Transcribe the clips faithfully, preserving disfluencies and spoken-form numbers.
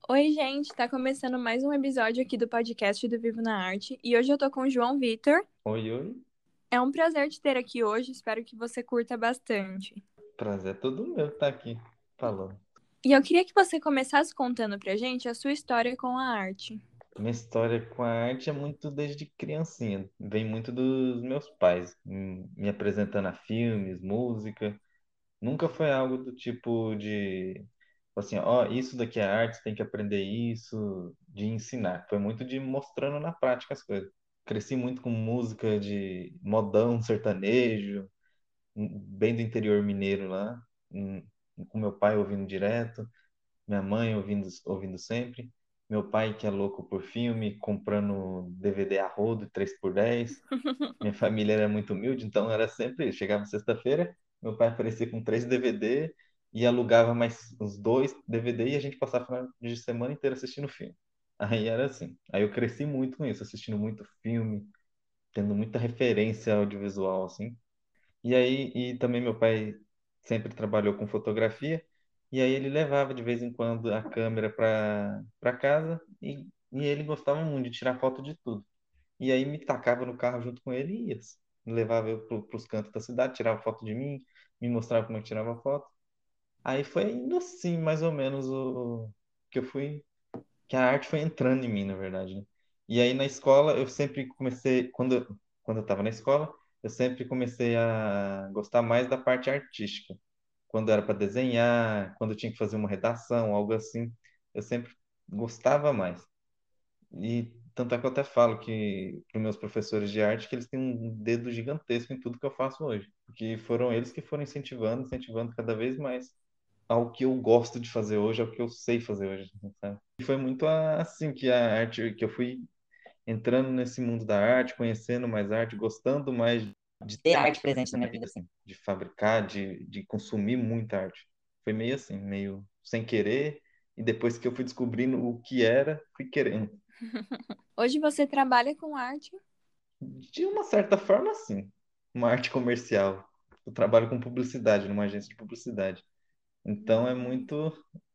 Oi, gente, tá começando mais um episódio aqui do podcast do Vivo na Arte e hoje eu tô com o João Vitor. Oi, oi. É um prazer te ter aqui hoje, espero que você curta bastante. Prazer é todo meu estar aqui falando. E eu queria que você começasse contando pra gente a sua história com a arte. Minha história com a arte é muito desde criancinha. Vem muito dos meus pais, hum, me apresentando a filmes, música. Nunca foi algo do tipo de, assim, ó, isso daqui é arte, você tem que aprender isso, de ensinar. Foi muito de mostrando na prática as coisas. Cresci muito com música de modão, sertanejo, hum, bem do interior mineiro lá, hum, com meu pai ouvindo direto. Minha mãe ouvindo, ouvindo sempre, meu pai que é louco por filme, comprando D V D a rodo, três por dez. Minha família era muito humilde, então era sempre, chegava sexta-feira, meu pai aparecia com três D V D e alugava mais uns dois D V D e a gente passava a final de semana inteira assistindo filme. Aí era assim. Aí eu cresci muito com isso, assistindo muito filme, tendo muita referência audiovisual, assim. E aí, e também meu pai sempre trabalhou com fotografia, e aí ele levava de vez em quando a câmera para para casa, e, e ele gostava muito de tirar foto de tudo. E aí me tacava no carro junto com ele e ia. Levava eu para os cantos da cidade, tirava foto de mim, me mostrava como é que tirava foto. Aí foi indo assim, mais ou menos, o que eu fui, que a arte foi entrando em mim, na verdade, né? E aí na escola eu sempre comecei, quando, eu- quando eu estava na escola, eu sempre comecei a gostar mais da parte artística. Quando era para desenhar, quando eu tinha que fazer uma redação, algo assim, eu sempre gostava mais. E tanto é que eu até falo que para os meus professores de arte que eles têm um dedo gigantesco em tudo que eu faço hoje, porque foram eles que foram incentivando, incentivando cada vez mais ao que eu gosto de fazer hoje, ao que eu sei fazer hoje, sabe? E foi muito a- assim que a arte, que eu fui entrando nesse mundo da arte, conhecendo mais arte, gostando mais de ter arte presente na minha vida, assim, de fabricar, de, de consumir muita arte. Foi meio assim, meio sem querer, e depois que eu fui descobrindo o que era, fui querendo. Hoje você trabalha com arte? De uma certa forma, sim, uma arte comercial. Eu trabalho com publicidade, numa agência de publicidade. Então é Hum, muito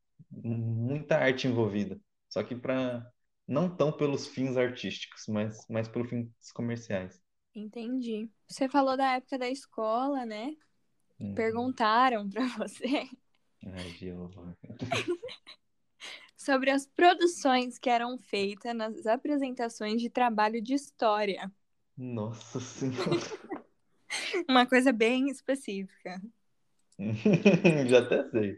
muita arte envolvida. Só que para não tão pelos fins artísticos, mas mais pelos fins comerciais. entendi. Você falou da época da escola, né? Uhum. Perguntaram pra você Ai, Jeová. sobre as produções que eram feitas nas apresentações de trabalho de história. Nossa Senhora. Uma coisa bem específica. Já até sei.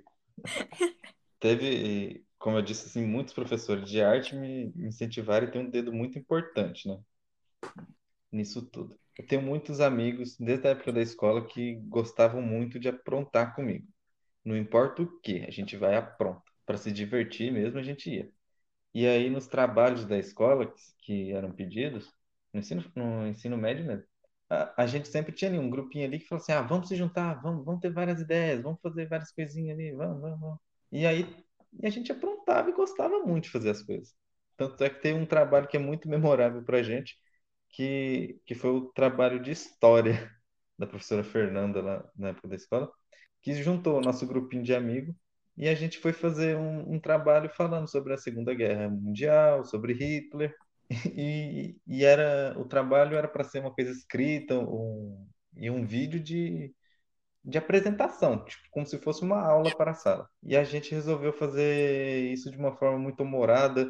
Teve, como eu disse, assim, muitos professores de arte me me incentivaram e tem um dedo muito importante, né, nisso tudo. Eu tenho muitos amigos, desde a época da escola, que gostavam muito de aprontar comigo. Não importa o que, a gente vai apronta. Para se divertir mesmo, a gente ia. E aí, nos trabalhos da escola, que, que eram pedidos, no ensino, no ensino médio mesmo, a, a gente sempre tinha ali um grupinho ali que falou assim: ah, vamos se juntar, vamos, vamos ter várias ideias, vamos fazer várias coisinhas ali, vamos, vamos, vamos. E aí, e a gente aprontava e gostava muito de fazer as coisas. Tanto é que tem um trabalho que é muito memorável para a gente, que, que foi o trabalho de história da professora Fernanda lá na época da escola, que juntou o nosso grupinho de amigos e a gente foi fazer um, um trabalho falando sobre a Segunda Guerra Mundial, sobre Hitler, e, e era o trabalho era para ser uma coisa escrita um, e um vídeo de, de apresentação, tipo, como se fosse uma aula para a sala. E a gente resolveu fazer isso de uma forma muito humorada,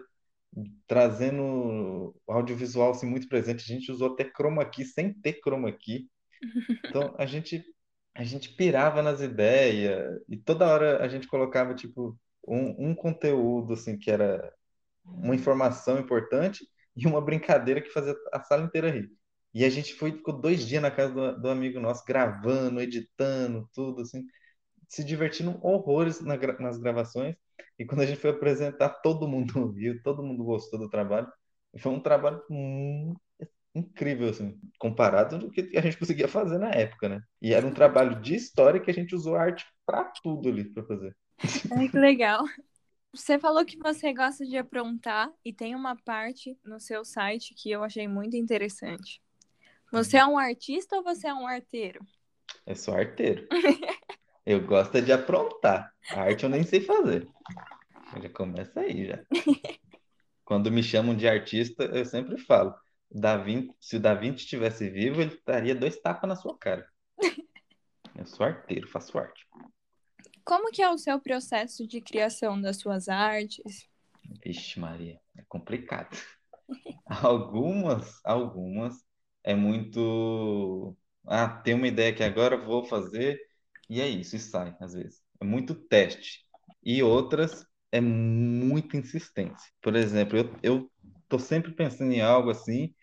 trazendo o audiovisual assim, muito presente. A gente usou até chroma key sem ter chroma key. Então a gente a gente pirava nas ideias e toda hora a gente colocava tipo um, um conteúdo assim que era uma informação importante e uma brincadeira que fazia a sala inteira rir. E a gente foi ficou dois dias na casa do, do amigo nosso gravando, editando, tudo assim, se divertindo horrores na gra- nas gravações. E quando a gente foi apresentar, todo mundo riu, todo mundo gostou do trabalho. E foi um trabalho muito incrível, assim, comparado do que a gente conseguia fazer na época, né? E era um trabalho de história que a gente usou a arte para tudo ali para fazer. Ai, que legal. Você falou que você gosta de aprontar e tem uma parte no seu site que eu achei muito interessante. Você é um artista ou você é um arteiro? É só arteiro. Eu gosto é de aprontar. A arte eu nem sei fazer. Já começa aí, já. Quando me chamam de artista, eu sempre falo, Da Vinci, se o Da Vinci estivesse vivo, ele daria dois tapas na sua cara. Eu sou arteiro, faço arte. Como que é o seu processo de criação das suas artes? Vixe, Maria, é complicado. Algumas, algumas é muito. Ah, tem uma ideia que agora eu vou fazer, e é isso, e sai, às vezes. É muito teste. E outras é muita insistência. Por exemplo, eu, eu tô sempre pensando em algo assim,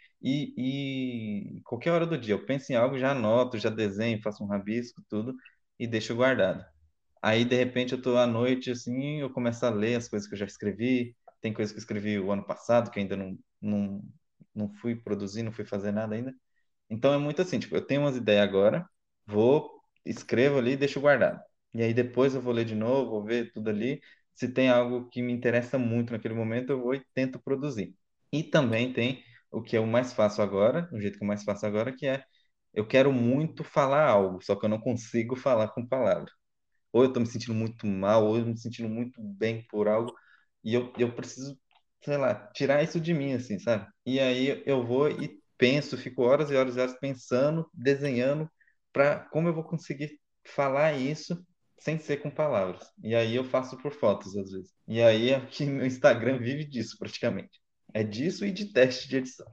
e, e qualquer hora do dia eu penso em algo, já anoto, já desenho, faço um rabisco, tudo, e deixo guardado. Aí, de repente, eu tô à noite, assim, eu começo a ler as coisas que eu já escrevi. Tem coisas que eu escrevi o ano passado, que ainda não, não, não fui produzir, não fui fazer nada ainda. Então, é muito assim, tipo, eu tenho umas ideias agora, vou, escrevo ali e deixo guardado. E aí, depois eu vou ler de novo, vou ver tudo ali. Se tem algo que me interessa muito naquele momento, eu vou e tento produzir. E também tem o que é o mais fácil agora, o jeito que eu mais faço agora, que é eu quero muito falar algo, só que eu não consigo falar com palavras. Ou eu tô me sentindo muito mal, ou eu me sentindo muito bem por algo, e eu, eu preciso, sei lá, tirar isso de mim, assim, sabe? E aí eu vou e penso, fico horas e horas e horas pensando, desenhando, para como eu vou conseguir falar isso sem ser com palavras. E aí eu faço por fotos, às vezes. E aí é que meu Instagram vive disso, praticamente. É disso e de teste de edição.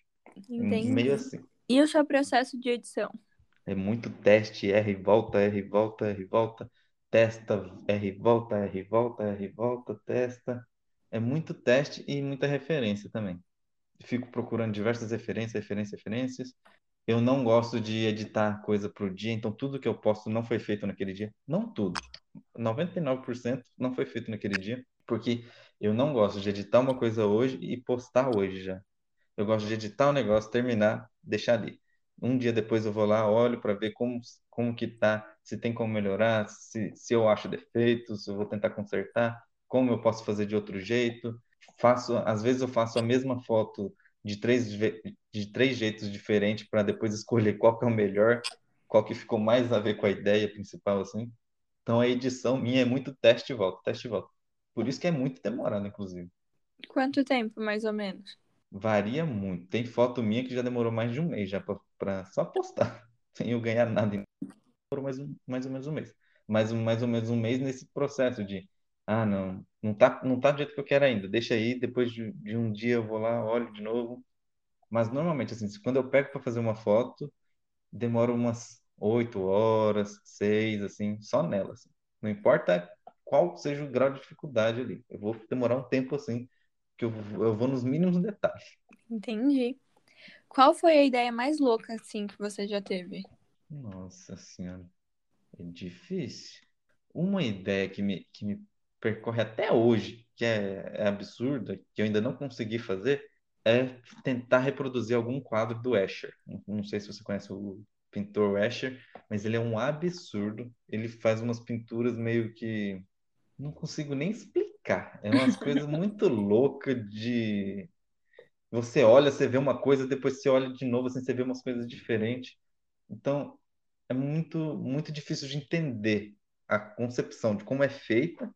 É meio Entendi. assim. E o seu processo de edição? É muito teste, R volta, R volta, R volta, testa, R volta, R volta, R volta, testa. É muito teste e muita referência também. Fico procurando diversas referências, referências, referências. Eu não gosto de editar coisa pro dia, então tudo que eu posto não foi feito naquele dia. Não tudo. noventa e nove por cento não foi feito naquele dia, porque eu não gosto de editar uma coisa hoje e postar hoje já. Eu gosto de editar o negócio, terminar, deixar ali. Um dia depois eu vou lá, olho para ver como, como que tá, se tem como melhorar, se, se eu acho defeitos, se eu vou tentar consertar, como eu posso fazer de outro jeito. Faço, às vezes eu faço a mesma foto de três, ve- de três jeitos diferentes para depois escolher qual que é o melhor, qual que ficou mais a ver com a ideia principal, assim. Então a edição minha é muito teste e volta, teste e volta. Por isso que é muito demorado, inclusive. Quanto tempo, mais ou menos? Varia muito. Tem foto minha que já demorou mais de um mês já para só postar, sem eu ganhar nada. Demorou mais, um, mais ou menos um mês. Mais, um, mais ou menos um mês nesse processo de, ah, não, não tá, não tá do jeito que eu quero ainda. Deixa aí, depois de, de um dia eu vou lá, olho de novo. Mas normalmente, assim, quando eu pego para fazer uma foto, demora umas oito horas, seis, assim, só nela. Assim. Não importa qual seja o grau de dificuldade ali. Eu vou demorar um tempo assim, que eu, eu vou nos mínimos detalhes. Entendi. Qual foi a ideia mais louca, assim, que você já teve? Nossa Senhora, é difícil. Uma ideia que me, que me percorre até hoje, que é, é absurda, que eu ainda não consegui fazer, é tentar reproduzir algum quadro do Escher. Não, não sei se você conhece o pintor Escher, mas ele é um absurdo. Ele faz umas pinturas meio que não consigo nem explicar. É umas coisas muito loucas de você olha, você vê uma coisa, depois você olha de novo, assim, você vê umas coisas diferentes. Então, é muito, muito difícil de entender a concepção de como é feita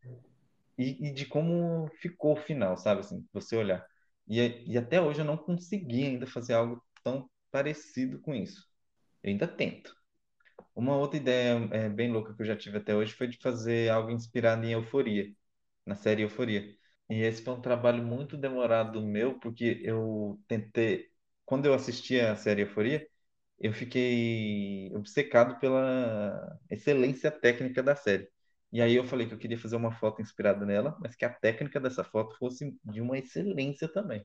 e, e de como ficou o final, sabe? Assim, você olhar. E, e até hoje eu não consegui ainda fazer algo tão parecido com isso. Eu ainda tento. Uma outra ideia é, bem louca que eu já tive até hoje foi de fazer algo inspirado em Euforia, na série Euforia. E esse foi um trabalho muito demorado meu, porque eu tentei, quando eu assisti a série Euforia, eu fiquei obcecado pela excelência técnica da série. E aí eu falei que eu queria fazer uma foto inspirada nela, mas que a técnica dessa foto fosse de uma excelência também.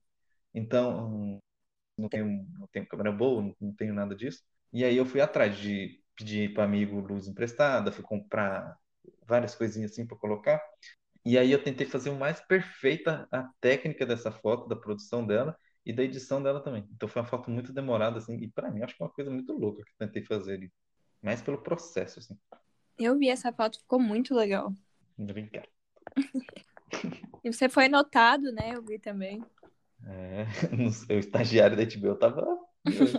Então, não tenho, não tenho câmera boa, não, não tenho nada disso. E aí eu fui atrás de pedir para amigo luz emprestada, fui comprar várias coisinhas assim para colocar. E aí eu tentei fazer o mais perfeita a técnica dessa foto, da produção dela e da edição dela também. Então foi uma foto muito demorada assim, e para mim acho que é uma coisa muito louca que eu tentei fazer ali, mais pelo processo assim. Eu vi essa foto, ficou muito legal. Obrigado. E você foi notado, né? Eu vi também. É, no seu estagiário da H B O tava de olho.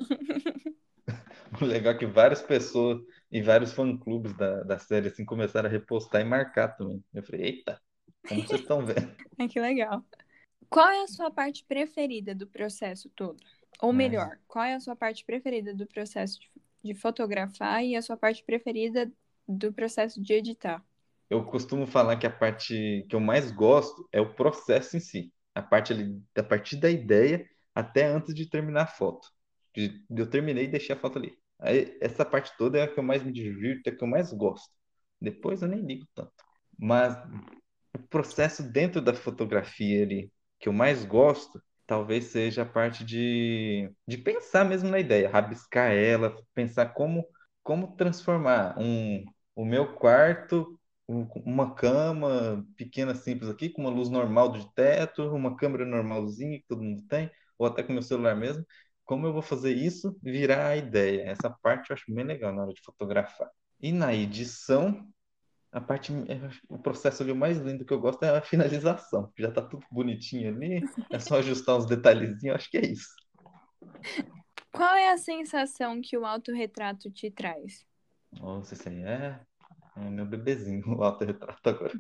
O legal é que várias pessoas e vários fã-clubes da, da série assim começaram a repostar e marcar também. Eu falei, eita. como vocês estão vendo. Ai, que legal. Qual é a sua parte preferida do processo todo? Ou Ai, melhor, qual é a sua parte preferida do processo de, de fotografar e a sua parte preferida do processo de editar? eu costumo falar que a parte que eu mais gosto é o processo em si. A parte ali, a partir da ideia até antes de terminar a foto. De, de eu terminei e deixei a foto ali. Aí, essa parte toda é a que eu mais me divirto, é a que eu mais gosto. Depois eu nem ligo tanto. Mas o processo dentro da fotografia ali que eu mais gosto, talvez seja a parte de, de pensar mesmo na ideia, rabiscar ela, pensar como, como transformar um, o meu quarto, um- uma cama pequena, simples aqui, com uma luz normal de teto, uma câmera normalzinha que todo mundo tem, ou até com meu celular mesmo. Como eu vou fazer isso virar a ideia? Essa parte eu acho bem legal na hora de fotografar. E na edição, a parte, o processo ali o mais lindo que eu gosto é a finalização. Já tá tudo bonitinho ali, é só ajustar uns detalhezinhos, acho que é isso. Qual é a sensação que o autorretrato te traz? Nossa, esse aí é, é meu bebezinho, o autorretrato agora.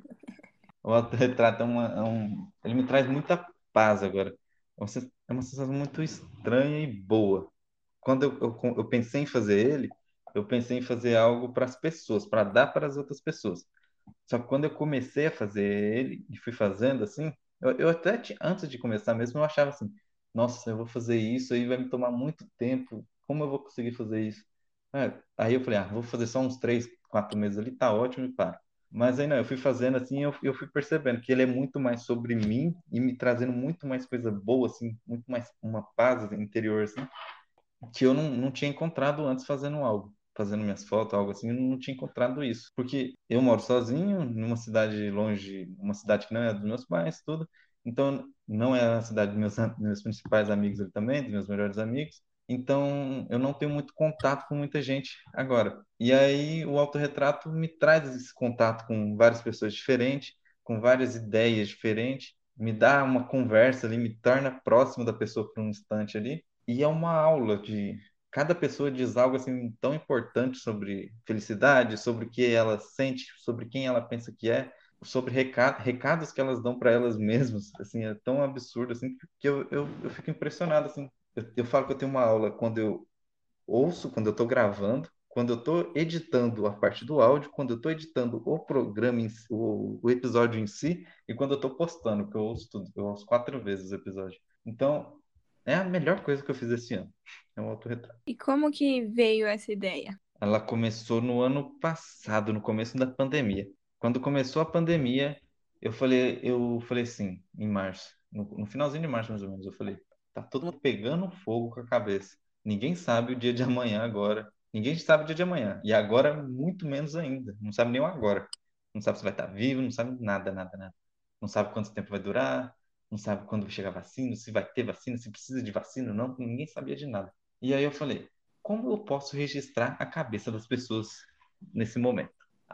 O autorretrato é, uma, é um. Ele me traz muita paz agora. É uma sen- é uma sensação muito estranha e boa. Quando eu, eu, eu pensei em fazer ele, eu pensei em fazer algo para as pessoas, para dar para as outras pessoas. Só que quando eu comecei a fazer ele e fui fazendo assim, eu, eu até ti- antes de começar mesmo, eu achava assim, nossa, eu vou fazer isso aí vai me tomar muito tempo. Como eu vou conseguir fazer isso? É, aí eu falei, ah, vou fazer só uns três, quatro meses ali, tá ótimo e pá. Mas aí não, eu fui fazendo assim, eu, eu fui percebendo que ele é muito mais sobre mim e me trazendo muito mais coisa boa, assim, muito mais uma paz interior, assim, que eu não, não tinha encontrado antes fazendo algo, fazendo minhas fotos, algo assim, eu não tinha encontrado isso. Porque eu moro sozinho, numa cidade longe, uma cidade que não é dos meus pais, tudo. Então, não é a cidade dos meus, am- meus principais amigos ali também, dos meus melhores amigos. Então, eu não tenho muito contato com muita gente agora. E aí, o autorretrato me traz esse contato com várias pessoas diferentes, com várias ideias diferentes, me dá uma conversa ali, me torna próximo da pessoa por um instante ali. E é uma aula de cada pessoa diz algo assim tão importante sobre felicidade, sobre o que ela sente, sobre quem ela pensa que é, sobre reca- recados que elas dão para elas mesmas. Assim, é tão absurdo assim que eu, eu, eu fico impressionado assim. Eu, eu falo que eu tenho uma aula quando eu ouço, quando eu estou gravando, quando eu estou editando a parte do áudio, quando eu estou editando o programa, em si, o, o episódio em si, e quando eu estou postando, porque eu ouço tudo, eu ouço quatro vezes o episódio. Então, é a melhor coisa que eu fiz esse ano. É um autorretrato. E como que veio essa ideia? Ela começou no ano passado, no começo da pandemia. Quando começou a pandemia, eu falei, eu falei assim, em março, no, no finalzinho de março mais ou menos, eu falei, tá todo mundo pegando fogo com a cabeça. Ninguém sabe o dia de amanhã agora. Ninguém sabe o dia de amanhã. E agora, muito menos ainda. Não sabe nem o agora. Não sabe se vai estar vivo, não sabe nada, nada, nada. Não sabe quanto tempo vai durar, não sabe quando vai chegar a vacina, se vai ter vacina, se precisa de vacina ou não. Ninguém sabia de nada. E aí eu falei, como eu posso registrar a cabeça das pessoas nesse momento?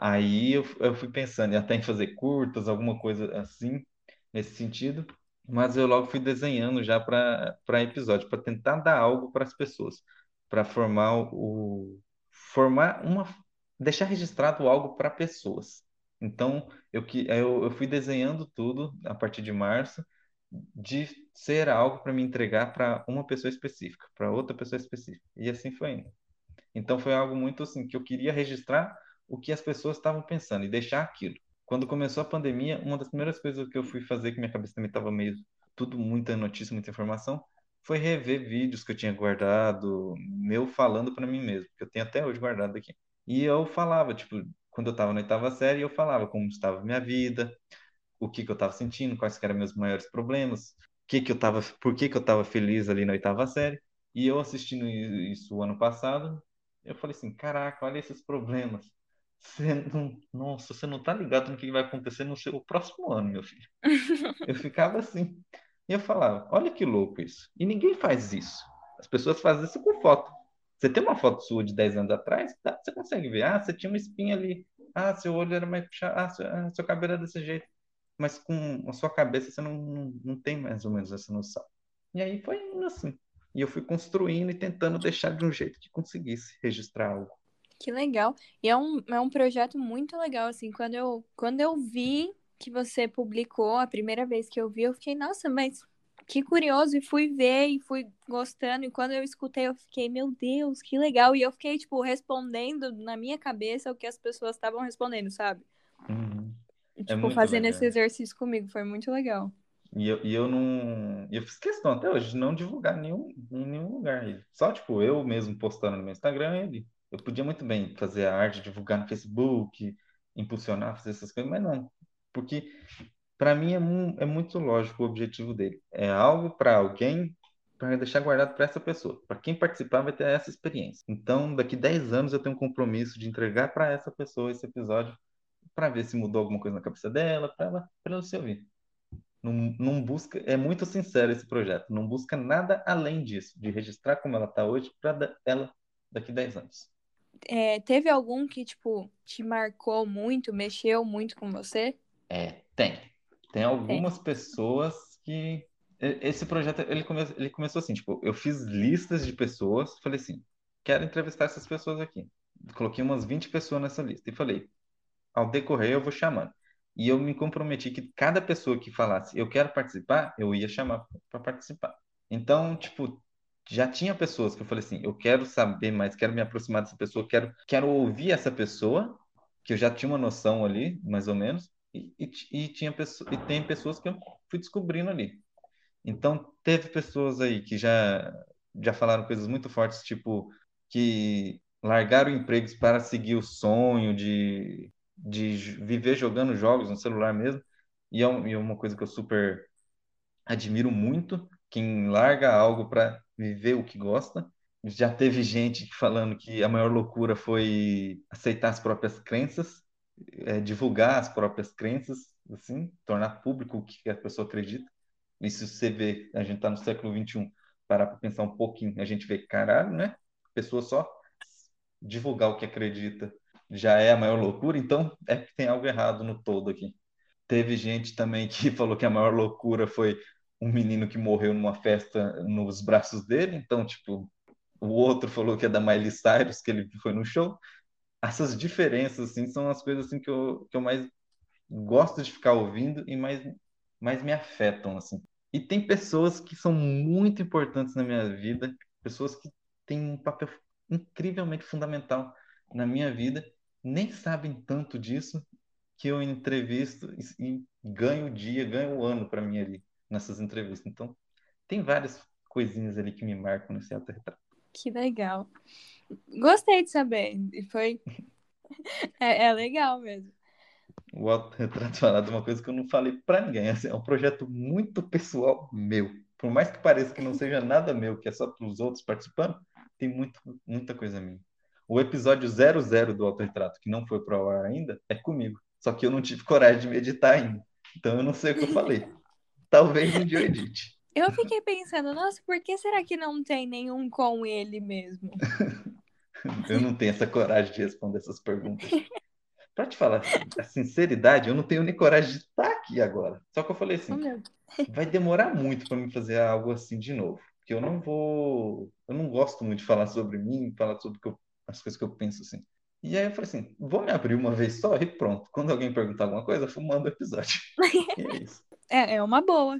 Aí eu, eu fui pensando até em fazer curtas, alguma coisa assim, nesse sentido, mas eu logo fui desenhando já para para episódio, para tentar dar algo para as pessoas, para formar o formar uma deixar registrado algo para pessoas. Então, eu, que- eu, eu fui desenhando tudo a partir de março, de ser algo para me entregar para uma pessoa específica, para outra pessoa específica. E assim foi indo. Então foi algo muito assim que eu queria registrar o que as pessoas estavam pensando e deixar aquilo. Quando começou a pandemia, uma das primeiras coisas que eu fui fazer, que minha cabeça também estava meio tudo muita notícia, muita informação, foi rever vídeos que eu tinha guardado, meu falando para mim mesmo, que eu tenho até hoje guardado aqui. E eu falava, tipo, quando eu estava na oitava série, eu falava como estava a minha vida, o que que eu estava sentindo, quais que eram meus maiores problemas, o que que eu tava, por que que eu estava feliz ali na oitava série. E eu assistindo isso o ano passado, eu falei assim, caraca, olha esses problemas. Você não, nossa, você não tá ligado no que vai acontecer no seu próximo ano, meu filho. Eu ficava assim. E eu falava, olha que louco isso. E ninguém faz isso. As pessoas fazem isso com foto. Você tem uma foto sua de dez anos atrás, tá? Você consegue ver. Ah, você tinha uma espinha ali. Ah, seu olho era mais puxado. Ah, seu, ah, seu cabelo era desse jeito. Mas com a sua cabeça você não, não, não tem mais ou menos essa noção. E aí foi indo assim. E eu fui construindo e tentando deixar de um jeito que conseguisse registrar algo. Que legal. E é um, é um projeto muito legal, assim. Quando eu, quando eu vi que você publicou, a primeira vez que eu vi, eu fiquei, nossa, mas que curioso, e fui ver e fui gostando, e quando eu escutei, eu fiquei, meu Deus, que legal, e eu fiquei, tipo, respondendo na minha cabeça o que as pessoas estavam respondendo, sabe? Uhum. E, É tipo, muito fazendo esse legal. exercício comigo, foi muito legal. E eu, e eu não. Eu fiz questão até hoje de não divulgar nenhum, em nenhum lugar ele. Só, tipo, eu mesmo postando no meu Instagram ele. Eu podia muito bem fazer a arte, divulgar no Facebook, impulsionar, fazer essas coisas, mas não. Porque, para mim, é, mu- é muito lógico o objetivo dele. É algo para alguém, para deixar guardado para essa pessoa. Para quem participar, vai ter essa experiência. Então, daqui dez anos, eu tenho um compromisso de entregar para essa pessoa esse episódio, para ver se mudou alguma coisa na cabeça dela, para ela, para ela se ouvir. Não, não busca, é muito sincero esse projeto, não busca nada além disso, de registrar como ela está hoje para ela daqui a dez anos. É, teve algum que, tipo, te marcou muito, mexeu muito com você? É, tem. Tem Tem. algumas pessoas que. e- Esse projeto, ele, come... ele começou assim, tipo, eu fiz listas de pessoas, falei assim, quero entrevistar essas pessoas aqui. Coloquei umas vinte pessoas nessa lista e falei, ao decorrer eu vou chamando. E eu me comprometi que cada pessoa que falasse eu quero participar, eu ia chamar para participar. Então, tipo, já tinha pessoas que eu falei assim, eu quero saber mais, quero me aproximar dessa pessoa, quero, quero ouvir essa pessoa, que eu já tinha uma noção ali, mais ou menos, e, e, e tinha pessoa, e tem pessoas que eu fui descobrindo ali. Então, teve pessoas aí que já já falaram coisas muito fortes, tipo que largaram empregos para seguir o sonho de, de j- viver jogando jogos no celular mesmo. E é, um- e é uma coisa que eu super admiro muito, quem larga algo para viver o que gosta. Já teve gente falando que a maior loucura foi aceitar as próprias crenças, eh, divulgar as próprias crenças, assim, tornar público o que a pessoa acredita. Isso você vê, a gente está no século vinte e um, parar para pensar um pouquinho, a gente vê, caralho, né? A pessoa só divulgar o que acredita já é a maior loucura, então é que tem algo errado no todo aqui. Teve gente também que falou que a maior loucura foi um menino que morreu numa festa nos braços dele, então, tipo, o outro falou que é da Miley Cyrus, que ele foi no show. Essas diferenças, assim, são as coisas assim que eu, que eu mais gosto de ficar ouvindo e mais, mais me afetam, assim. E tem pessoas que são muito importantes na minha vida, pessoas que têm um papel incrivelmente fundamental na minha vida, nem sabem tanto disso, que eu entrevisto e, e ganho o dia, ganho o ano para mim ali, nessas entrevistas. Então, tem várias coisinhas ali que me marcam nesse autorretrato. Que legal. Gostei de saber. E foi. É, é legal mesmo. O autorretrato falar de uma coisa que eu não falei para ninguém. Assim, é um projeto muito pessoal meu. Por mais que pareça que não seja nada meu, que é só para os outros participando, tem muito, muita coisa minha. O episódio zero zero do autorretrato, que não foi para o ar ainda, é comigo. Só que eu não tive coragem de meditar ainda. Então eu não sei o que eu falei. Talvez um dia eu edite. Eu fiquei pensando, nossa, por que será que não tem nenhum com ele mesmo? Eu não tenho essa coragem de responder essas perguntas. Para te falar a sinceridade, eu não tenho nem coragem de estar aqui agora. Só que eu falei Oh, assim, meu. vai demorar muito para mim fazer algo assim de novo, porque eu não vou, eu não gosto muito de falar sobre mim, falar sobre o que eu- as coisas que eu penso assim. E aí eu falei assim, vou me abrir uma vez só e pronto. Quando alguém perguntar alguma coisa, eu mando o episódio. E é isso. É, é uma boa.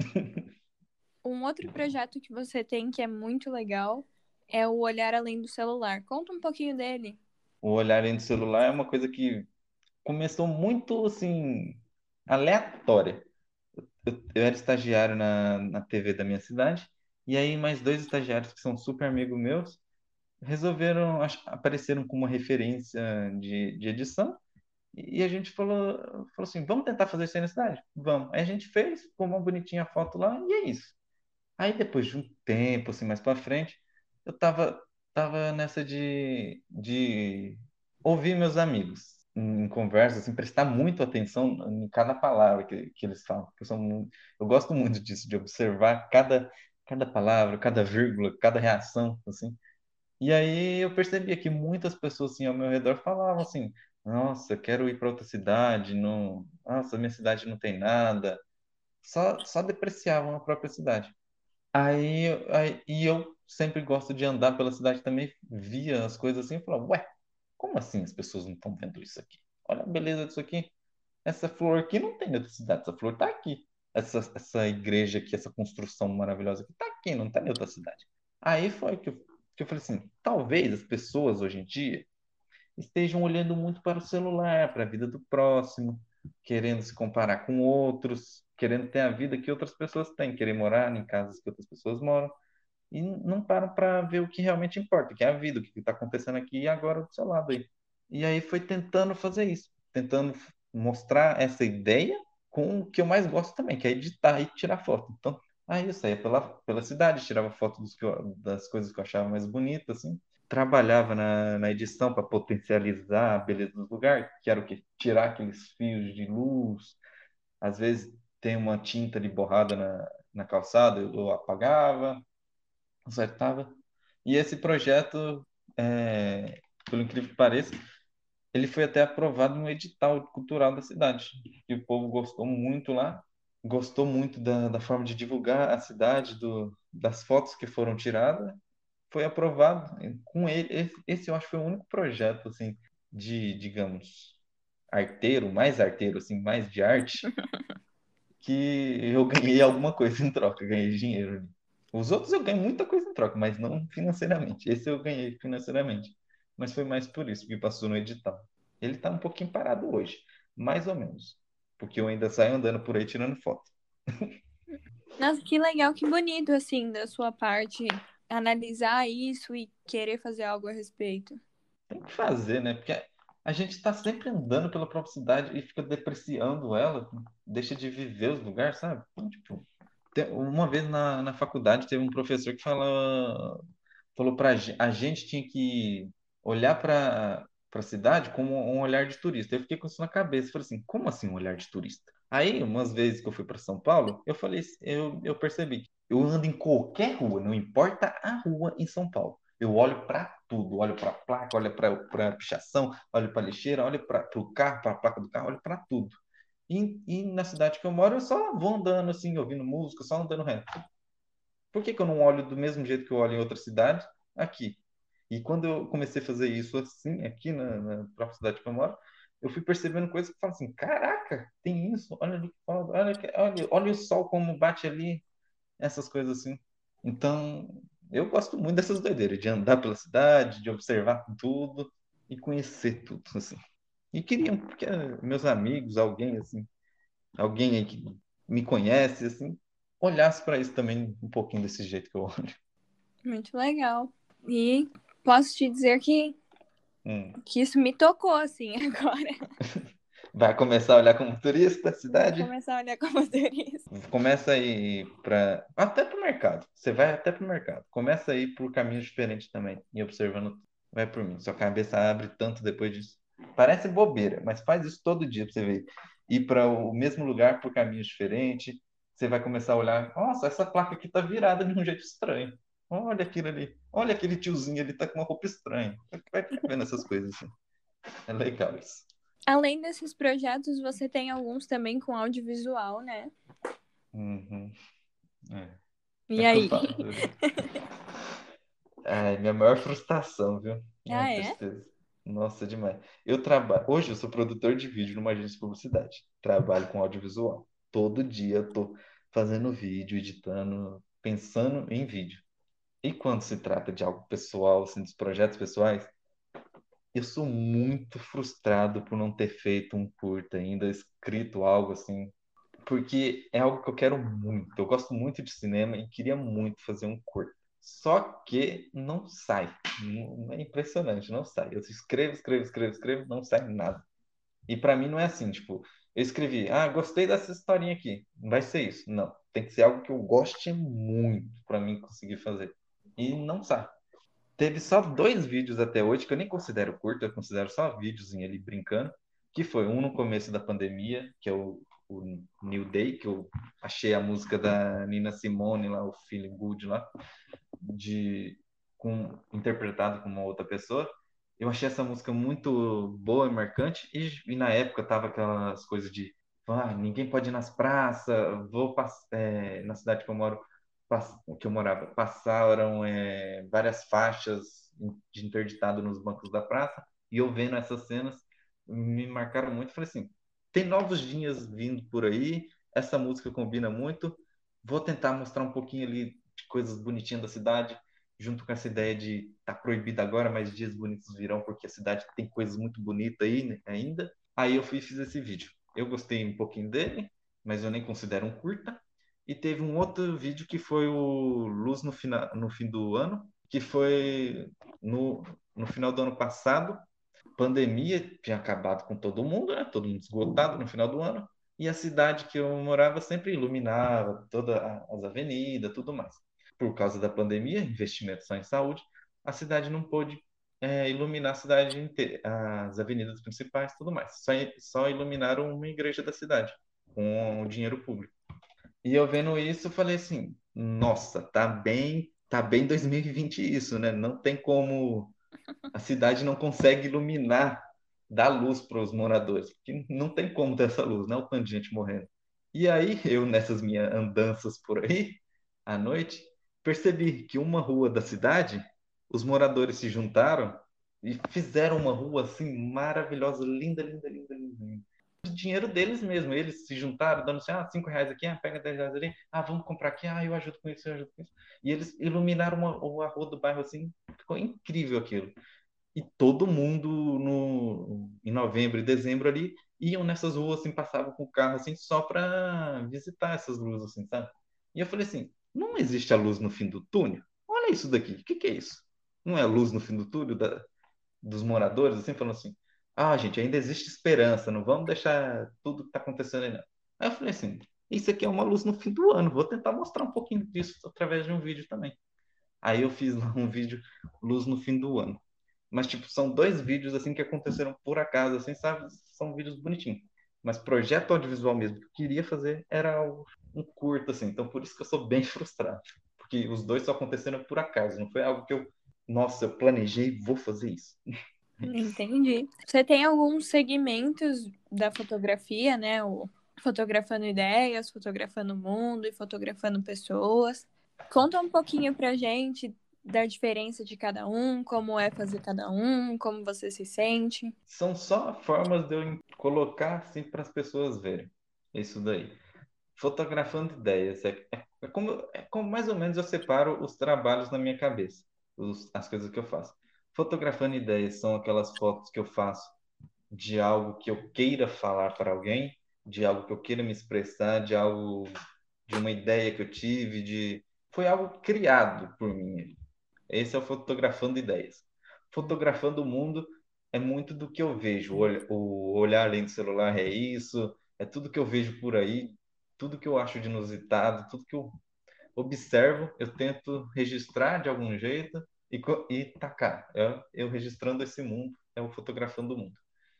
Um outro projeto que você tem que é muito legal é o Olhar Além do Celular. Conta um pouquinho dele. O olhar no celular é uma coisa que começou muito assim aleatória. Eu, eu era estagiário na, na T V da minha cidade, e aí mais dois estagiários que são super amigos meus resolveram, ach- apareceram com uma referência de, de edição, e a gente falou, falou assim, vamos tentar fazer isso aí na cidade? Vamos. Aí a gente fez, ficou uma bonitinha a foto lá, e é isso. Aí depois de um tempo, assim, mais para frente, eu tava, tava nessa de, de ouvir meus amigos em conversa, assim, prestar muito atenção em cada palavra que, que eles falam. Porque Eu, sou muito, eu gosto muito disso, de observar cada, cada palavra, cada vírgula, cada reação, assim. E aí eu percebia que muitas pessoas assim ao meu redor falavam assim: "Nossa, quero ir para outra cidade, não, nossa, minha cidade não tem nada". Só só depreciavam a própria cidade. Aí, aí e eu sempre gosto de andar pela cidade também, via as coisas assim e falava: "Ué, como assim as pessoas não estão vendo isso aqui? Olha a beleza disso aqui". essa flor aqui não tem em outra cidade, essa flor tá aqui. Essa, essa igreja aqui, essa construção maravilhosa aqui, tá aqui, não tá em outra cidade. Aí foi que eu, que eu falei assim, talvez as pessoas hoje em dia estejam olhando muito para o celular, para a vida do próximo, querendo se comparar com outros, querendo ter a vida que outras pessoas têm, querer morar em casas que outras pessoas moram, e não param para ver o que realmente importa, que é a vida, o que está acontecendo aqui e agora do seu lado aí. E aí foi tentando fazer isso, tentando mostrar essa ideia com o que eu mais gosto também, que é editar e tirar foto. Então, aí eu saía pela, pela cidade, tirava foto dos que eu- das coisas que eu achava mais bonitas, assim. Trabalhava na, na edição para potencializar a beleza do lugar, que era o quê? Tirar aqueles fios de luz. Às vezes tem uma tinta ali borrada na, na calçada, eu, eu apagava, consertava. E esse projeto, é, pelo incrível que pareça, ele foi até aprovado no edital cultural da cidade, que o povo gostou muito lá, gostou muito da, da forma de divulgar a cidade, do, das fotos que foram tiradas, foi aprovado com ele. Esse, esse eu acho que foi o único projeto, assim, de, digamos, arteiro, mais arteiro, assim, mais de arte, que eu ganhei alguma coisa em troca, ganhei dinheiro ali. Os outros eu ganhei muita coisa em troca, mas não financeiramente. Esse eu ganhei financeiramente. Mas foi mais por isso que passou no edital. Ele tá um pouquinho parado hoje, mais ou menos. Porque eu ainda saio andando por aí tirando foto. Nossa, que legal, que bonito, assim, da sua parte, analisar isso e querer fazer algo a respeito. Tem que fazer, né? Porque a gente está sempre andando pela própria cidade e fica depreciando ela, deixa de viver os lugares, sabe? Então, tipo, tem- uma vez na, na faculdade teve um professor que fala, falou para a gente tinha que olhar para para a cidade como um olhar de turista. Eu fiquei com isso na cabeça. Falei assim, como assim um olhar de turista? Aí, umas vezes que eu fui para São Paulo, eu falei, eu, eu percebi que eu ando em qualquer rua, não importa a rua em São Paulo. Eu olho para tudo, olho para a placa, olho para a pichação, olho para a lixeira, olho para o carro, para a placa do carro, olho para tudo. E, e na cidade que eu moro, eu só vou andando assim, ouvindo música, só andando reto. Por que que eu não olho do mesmo jeito que eu olho em outra cidade aqui? E quando eu comecei a fazer isso assim, aqui na, na própria cidade que eu moro, eu fui percebendo coisas que eu falo assim, caraca, tem isso, olha ali, olha, olha, olha o sol como bate ali, essas coisas assim. Então, eu gosto muito dessas doideiras, de andar pela cidade, de observar tudo e conhecer tudo, assim. E queria que eh, meus amigos, alguém assim, alguém aí que me conhece, assim, olhasse para isso também um pouquinho desse jeito que eu olho. Muito legal. E posso te dizer que, Hum. que isso me tocou, assim, agora. Vai começar a olhar como turista da Vou cidade? começar a olhar como turista. Começa aí para até para o mercado. Você vai até para o mercado. Começa aí por caminhos diferentes também e observando. Vai por mim. Sua cabeça abre tanto depois disso. Parece bobeira, mas faz isso todo dia para você ver. Ir para o mesmo lugar por caminhos diferentes. Você vai começar a olhar. Nossa, essa placa aqui tá virada de um jeito estranho. Olha aquilo ali. Olha aquele tiozinho ali tá com uma roupa estranha. Vai vai vendo essas coisas assim. É legal isso. Além desses projetos, você tem alguns também com audiovisual, né? Uhum. É. É E o que eu aí? falo. Ai, minha maior frustração, viu? Ai, Ah, é? tristeza. Nossa, demais. Eu trabalho. Hoje eu sou produtor de vídeo numa agência de publicidade. Trabalho com audiovisual. Todo dia eu tô fazendo vídeo, editando, pensando em vídeo. E quando se trata de algo pessoal, assim, dos projetos pessoais, eu sou muito frustrado por não ter feito um curta ainda, escrito algo assim, porque é algo que eu quero muito. Eu gosto muito de cinema e queria muito fazer um curta. Só que não sai. Não- É impressionante, não sai. Eu escrevo, escrevo, escrevo, escrevo, não sai nada. E para mim não é assim, tipo, eu escrevi, ah, gostei dessa historinha aqui. Não vai ser isso. Não. Tem que ser algo que eu goste muito para mim conseguir fazer. E não sai. Teve só dois vídeos até hoje que eu nem considero curto, eu considero só videozinho ali brincando, que foi um no começo da pandemia, que é o, o New Day, que eu achei a música da Nina Simone lá, o Feeling Good lá, de com interpretado por uma outra pessoa. Eu achei essa música muito boa e marcante e, e na época tava aquelas coisas de ah, ninguém pode ir nas praças, vou pass- é, na cidade que eu moro, pass- que eu morava, passaram é, várias faixas de interditado nos bancos da praça e eu vendo essas cenas me marcaram muito. Falei assim, tem novos dias vindo por aí, essa música combina muito. Vou tentar mostrar um pouquinho ali de coisas bonitinhas da cidade, junto com essa ideia de tá proibido agora, mas dias bonitos virão, porque a cidade tem coisas muito bonitas aí, né, ainda. Aí eu fui e fiz esse vídeo. Eu gostei um pouquinho dele, mas eu nem considero um curta. E teve um outro vídeo que foi o Luz no, fina, no fim do ano, que foi no, no final do ano passado. Pandemia tinha acabado com todo mundo, né? Todo mundo esgotado no final do ano. E a cidade que eu morava sempre iluminava todas as avenidas, tudo mais. Por causa da pandemia, investimento só em saúde, a cidade não pôde é, iluminar a cidade inteira, as avenidas principais, tudo mais. Só, só iluminaram uma igreja da cidade com o dinheiro público. E eu vendo isso, eu falei assim, nossa, tá bem, tá bem dois mil e vinte isso, né? Não tem como a cidade não consegue iluminar, dar luz para os moradores, porque não tem como ter essa luz, né? O tanto de gente morrendo. E aí, eu nessas minhas andanças por aí, à noite, percebi que uma rua da cidade, os moradores se juntaram e fizeram uma rua assim maravilhosa, linda, linda, linda, linda dinheiro deles mesmo. Eles se juntaram, dando assim, ah, cinco reais aqui, ah, pega dez reais ali, ah, vamos comprar aqui, ah, eu ajudo com isso, eu ajudo com isso. E eles iluminaram uma, a rua do bairro assim, ficou incrível aquilo. E todo mundo no, em novembro e dezembro ali iam nessas ruas, assim, passavam com o carro assim, só para visitar essas luzes, assim, sabe? E eu falei assim, não existe a luz no fim do túnel? Olha isso daqui, o que que é isso? Não é a luz no fim do túnel da, dos moradores, assim, falando assim, ah, gente, ainda existe esperança, não vamos deixar tudo que está acontecendo aí, não. Aí eu falei assim, isso aqui é uma luz no fim do ano, vou tentar mostrar um pouquinho disso através de um vídeo também. Aí eu fiz lá um vídeo, luz no fim do ano. Mas, tipo, são dois vídeos, assim, que aconteceram por acaso, assim, sabe? São vídeos bonitinhos. Mas projeto audiovisual mesmo que eu queria fazer era um curto, assim. Então, por isso que eu sou bem frustrado. Porque os dois só aconteceram por acaso. Não foi algo que eu, nossa, eu planejei, vou fazer isso. Entendi. Você tem alguns segmentos da fotografia, né? O fotografando ideias, fotografando o mundo e fotografando pessoas. Conta um pouquinho pra gente da diferença de cada um, como é fazer cada um, como você se sente. São só formas de eu colocar, assim, para as pessoas verem. Isso daí. Fotografando ideias. É, é, é como, é como mais ou menos eu separo os trabalhos na minha cabeça, os, as coisas que eu faço. Fotografando ideias são aquelas fotos que eu faço de algo que eu queira falar para alguém, de algo que eu queira me expressar, de algo, de uma ideia que eu tive, de foi algo criado por mim. Esse é o fotografando ideias. Fotografando o mundo é muito do que eu vejo. O olh- o olhar além do celular é isso, é tudo que eu vejo por aí, tudo que eu acho de inusitado, tudo que eu observo, eu tento registrar de algum jeito e, co- e tacar. Eu, eu registrando esse mundo, é o fotografando o mundo.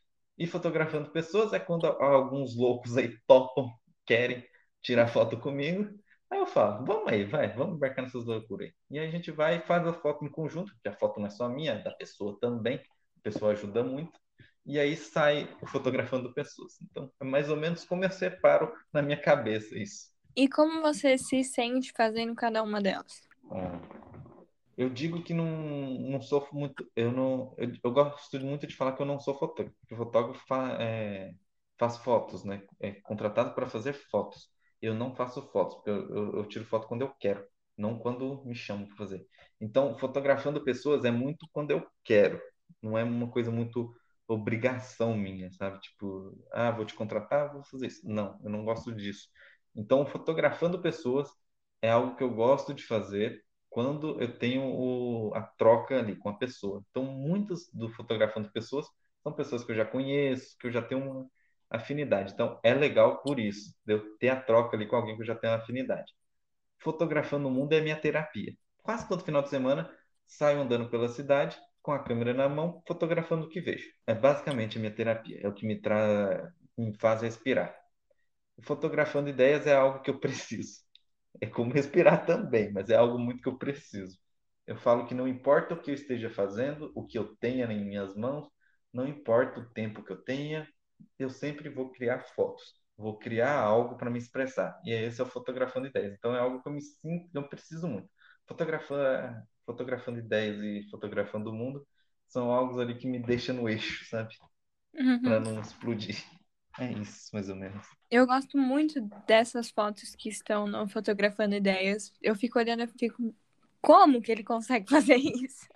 E fotografando pessoas é quando alguns loucos aí topam, querem tirar foto comigo. Aí eu falo, vamos aí, vai, vamos embarcar nessas loucuras aí. E aí a gente vai e faz a foto em conjunto, porque a foto não é só minha, é da pessoa também. A pessoa ajuda muito. E aí sai fotografando pessoas. Então, é mais ou menos como eu separo na minha cabeça isso. E como você se sente fazendo cada uma delas? Ah, eu digo que não, não sou muito. Eu não. Eu, eu gosto muito de falar que eu não sou fotógrafo. Porque fotógrafo fa, é, faz fotos, né? É contratado para fazer fotos. Eu não faço fotos, porque eu, eu, eu tiro foto quando eu quero, não quando me chamam para fazer. Então, fotografando pessoas é muito quando eu quero. Não é uma coisa muito obrigação minha, sabe? Tipo, ah, vou te contratar, vou fazer isso. Não, eu não gosto disso. Então, fotografando pessoas é algo que eu gosto de fazer quando eu tenho o, a troca ali com a pessoa. Então, muitas do fotografando pessoas são pessoas que eu já conheço, que eu já tenho uma afinidade. Então, é legal por isso, de eu ter a troca ali com alguém que eu já tenho uma afinidade. Fotografando o mundo é minha terapia. Quase todo final de semana saio andando pela cidade com a câmera na mão, fotografando o que vejo. É basicamente a minha terapia, é o que me, tra... me faz respirar. Fotografando ideias é algo que eu preciso. É como respirar também, mas é algo muito que eu preciso. Eu falo que não importa o que eu esteja fazendo, o que eu tenha em minhas mãos, não importa o tempo que eu tenha, eu sempre vou criar fotos. Vou criar algo para me expressar. E esse é o fotografando ideias. Então é algo que eu me sinto, eu preciso muito. Fotografar, fotografando ideias e fotografando o mundo são algo ali que me deixa no eixo, sabe? Para Uhum. não explodir. É isso, mais ou menos. Eu gosto muito dessas fotos que estão no Fotografando Ideias. Eu fico olhando e fico, como que ele consegue fazer isso?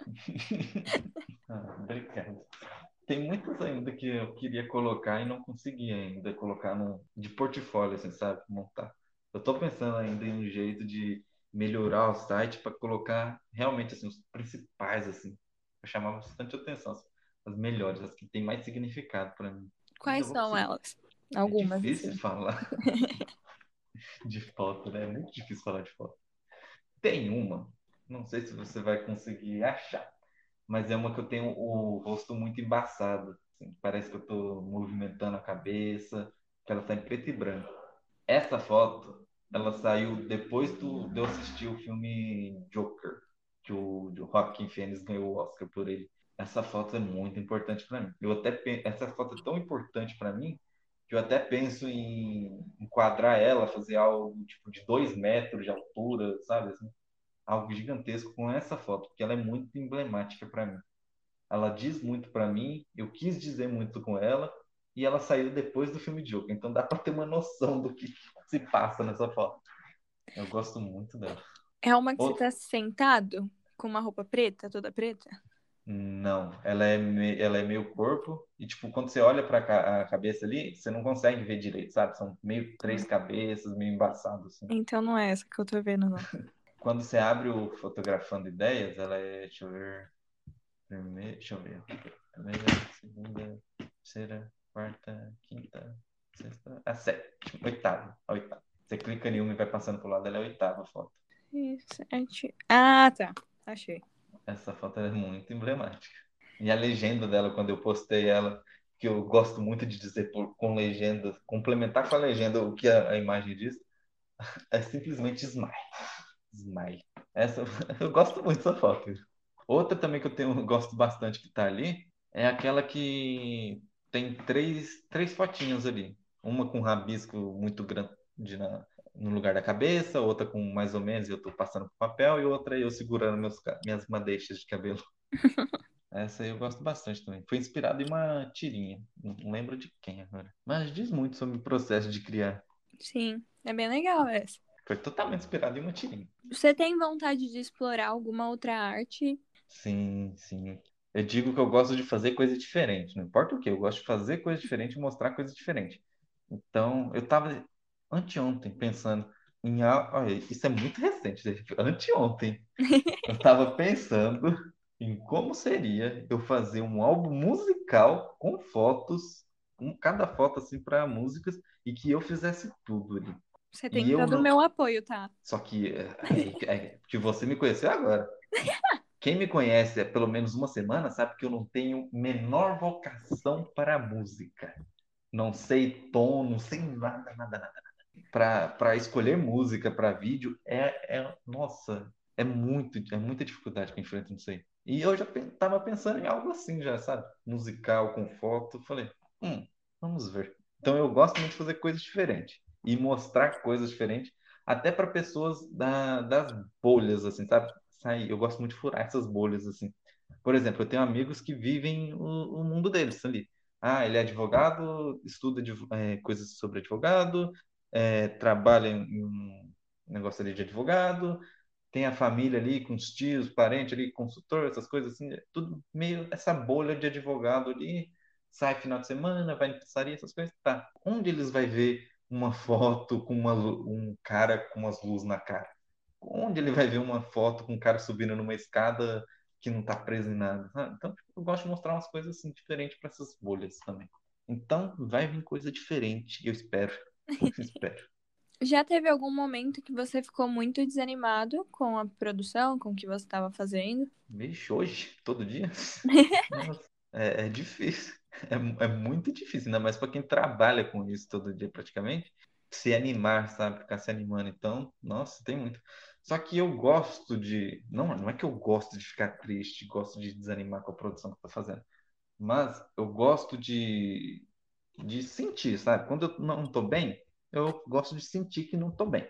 Ah, obrigado. Tem muitas ainda que eu queria colocar e não consegui ainda colocar no, de portfólio, assim, sabe? Montar. Eu tô pensando ainda em um jeito de melhorar o site para colocar realmente assim, os principais, assim, para chamar bastante atenção, assim, as melhores, as que têm mais significado para mim. Ainda Quais vou são conseguir. elas? É Algumas, difícil assim. falar de foto, né? É muito difícil falar de foto. Tem uma, não sei se você vai conseguir achar, mas é uma que eu tenho o rosto muito embaçado. Assim, parece que eu estou movimentando a cabeça, que ela está em preto e branco. Essa foto, ela saiu depois do, de eu assistir o filme Joker, que o, o Joaquin Phoenix ganhou o Oscar por ele. Essa foto é muito importante para mim. Eu até pe- essa foto é tão importante para mim que eu até penso em enquadrar ela, fazer algo tipo de dois metros de altura, sabe? Assim, algo gigantesco com essa foto, porque ela é muito emblemática para mim. Ela diz muito para mim, eu quis dizer muito com ela, e ela saiu depois do filme Joker. Então dá para ter uma noção do que se passa nessa foto. Eu gosto muito dela. É uma que você Outra, tá sentado com uma roupa preta, toda preta? não, ela é, me- ela é meio corpo, e tipo, quando você olha para a cabeça ali, você não consegue ver direito, sabe? São meio três cabeças, meio embaçado assim. Então não é essa que eu tô vendo, não. Quando você abre o Fotografando Ideias, ela é, deixa eu ver, primeiro, deixa eu ver. Primeira, segunda, terceira, quarta, quinta, sexta, a sétima, oitava, a oitava. Você clica em uma e vai passando pro lado, ela é a oitava foto. Sete. Ah, tá. Achei. Essa foto é muito emblemática. E a legenda dela, quando eu postei ela, que eu gosto muito de dizer por, com legenda, complementar com a legenda o que a, a imagem diz, é simplesmente smile. Smile. Essa, eu gosto muito dessa foto. Outra também que eu tenho, gosto bastante que tá ali é aquela que tem três, três fotinhas ali. Uma com um rabisco muito grande na, no lugar da cabeça, outra com mais ou menos, eu tô passando por papel, e outra eu segurando meus, ca- minhas madeixas de cabelo. Essa aí eu gosto bastante também. Foi inspirado em uma tirinha. Não não lembro de quem agora. Mas diz muito sobre o processo de criar. Sim, é bem legal essa. Foi totalmente inspirado em uma tirinha. Você tem vontade de explorar alguma outra arte? Sim, sim. Eu digo que eu gosto de fazer coisa diferente, não importa o que, eu gosto de fazer coisa diferente e mostrar coisa diferente. Então, eu estava anteontem pensando em algo. Olha, isso é muito recente, gente. Anteontem, eu estava pensando em como seria eu fazer um álbum musical com fotos, um, cada foto assim para músicas, e que eu fizesse tudo ali. Você E tem eu todo o não. meu apoio, tá? Só que é, é, é que você me conheceu agora. Quem me conhece há pelo menos uma semana sabe que eu não tenho menor vocação para a música. Não sei tom, não sei nada, nada, nada. Para para escolher música para vídeo é, é, nossa, é muito, é muita dificuldade que eu enfrento nisso aí. E eu já estava pensando em algo assim já, sabe? Musical com foto. Falei, hum, vamos ver. Então eu gosto muito de fazer coisas diferentes e mostrar coisas diferentes, até para pessoas da, das bolhas, assim, sabe? Sair, eu gosto muito de furar essas bolhas, assim. Por exemplo, eu tenho amigos que vivem o, o mundo deles ali. Ah, ele é advogado, estuda de, é, coisas sobre advogado, é, trabalha em um negócio ali de advogado, tem a família ali com os tios, parente ali, consultor, essas coisas assim, é tudo meio essa bolha de advogado ali, sai final de semana, vai em pizzaria, essas coisas, tá. Onde eles vai ver uma foto com uma, lu- um cara com umas luzes na cara? Onde ele vai ver uma foto com um cara subindo numa escada que não tá preso em nada, sabe? Então, tipo, eu gosto de mostrar umas coisas assim diferentes para essas bolhas também. Então, vai vir coisa diferente, eu espero. Espero. Já teve algum momento que você ficou muito desanimado com a produção, com o que você estava fazendo? Vixe, hoje, todo dia? Nossa, é, é difícil. É, é muito difícil, ainda mais para quem trabalha com isso todo dia praticamente. Se animar, sabe? Ficar se animando. Então, nossa, tem muito. Só que eu gosto de. Não, não é que eu gosto de ficar triste, gosto de desanimar com a produção que eu tô fazendo. Mas eu gosto de, de sentir, sabe? Quando eu não estou bem, eu gosto de sentir que não estou bem.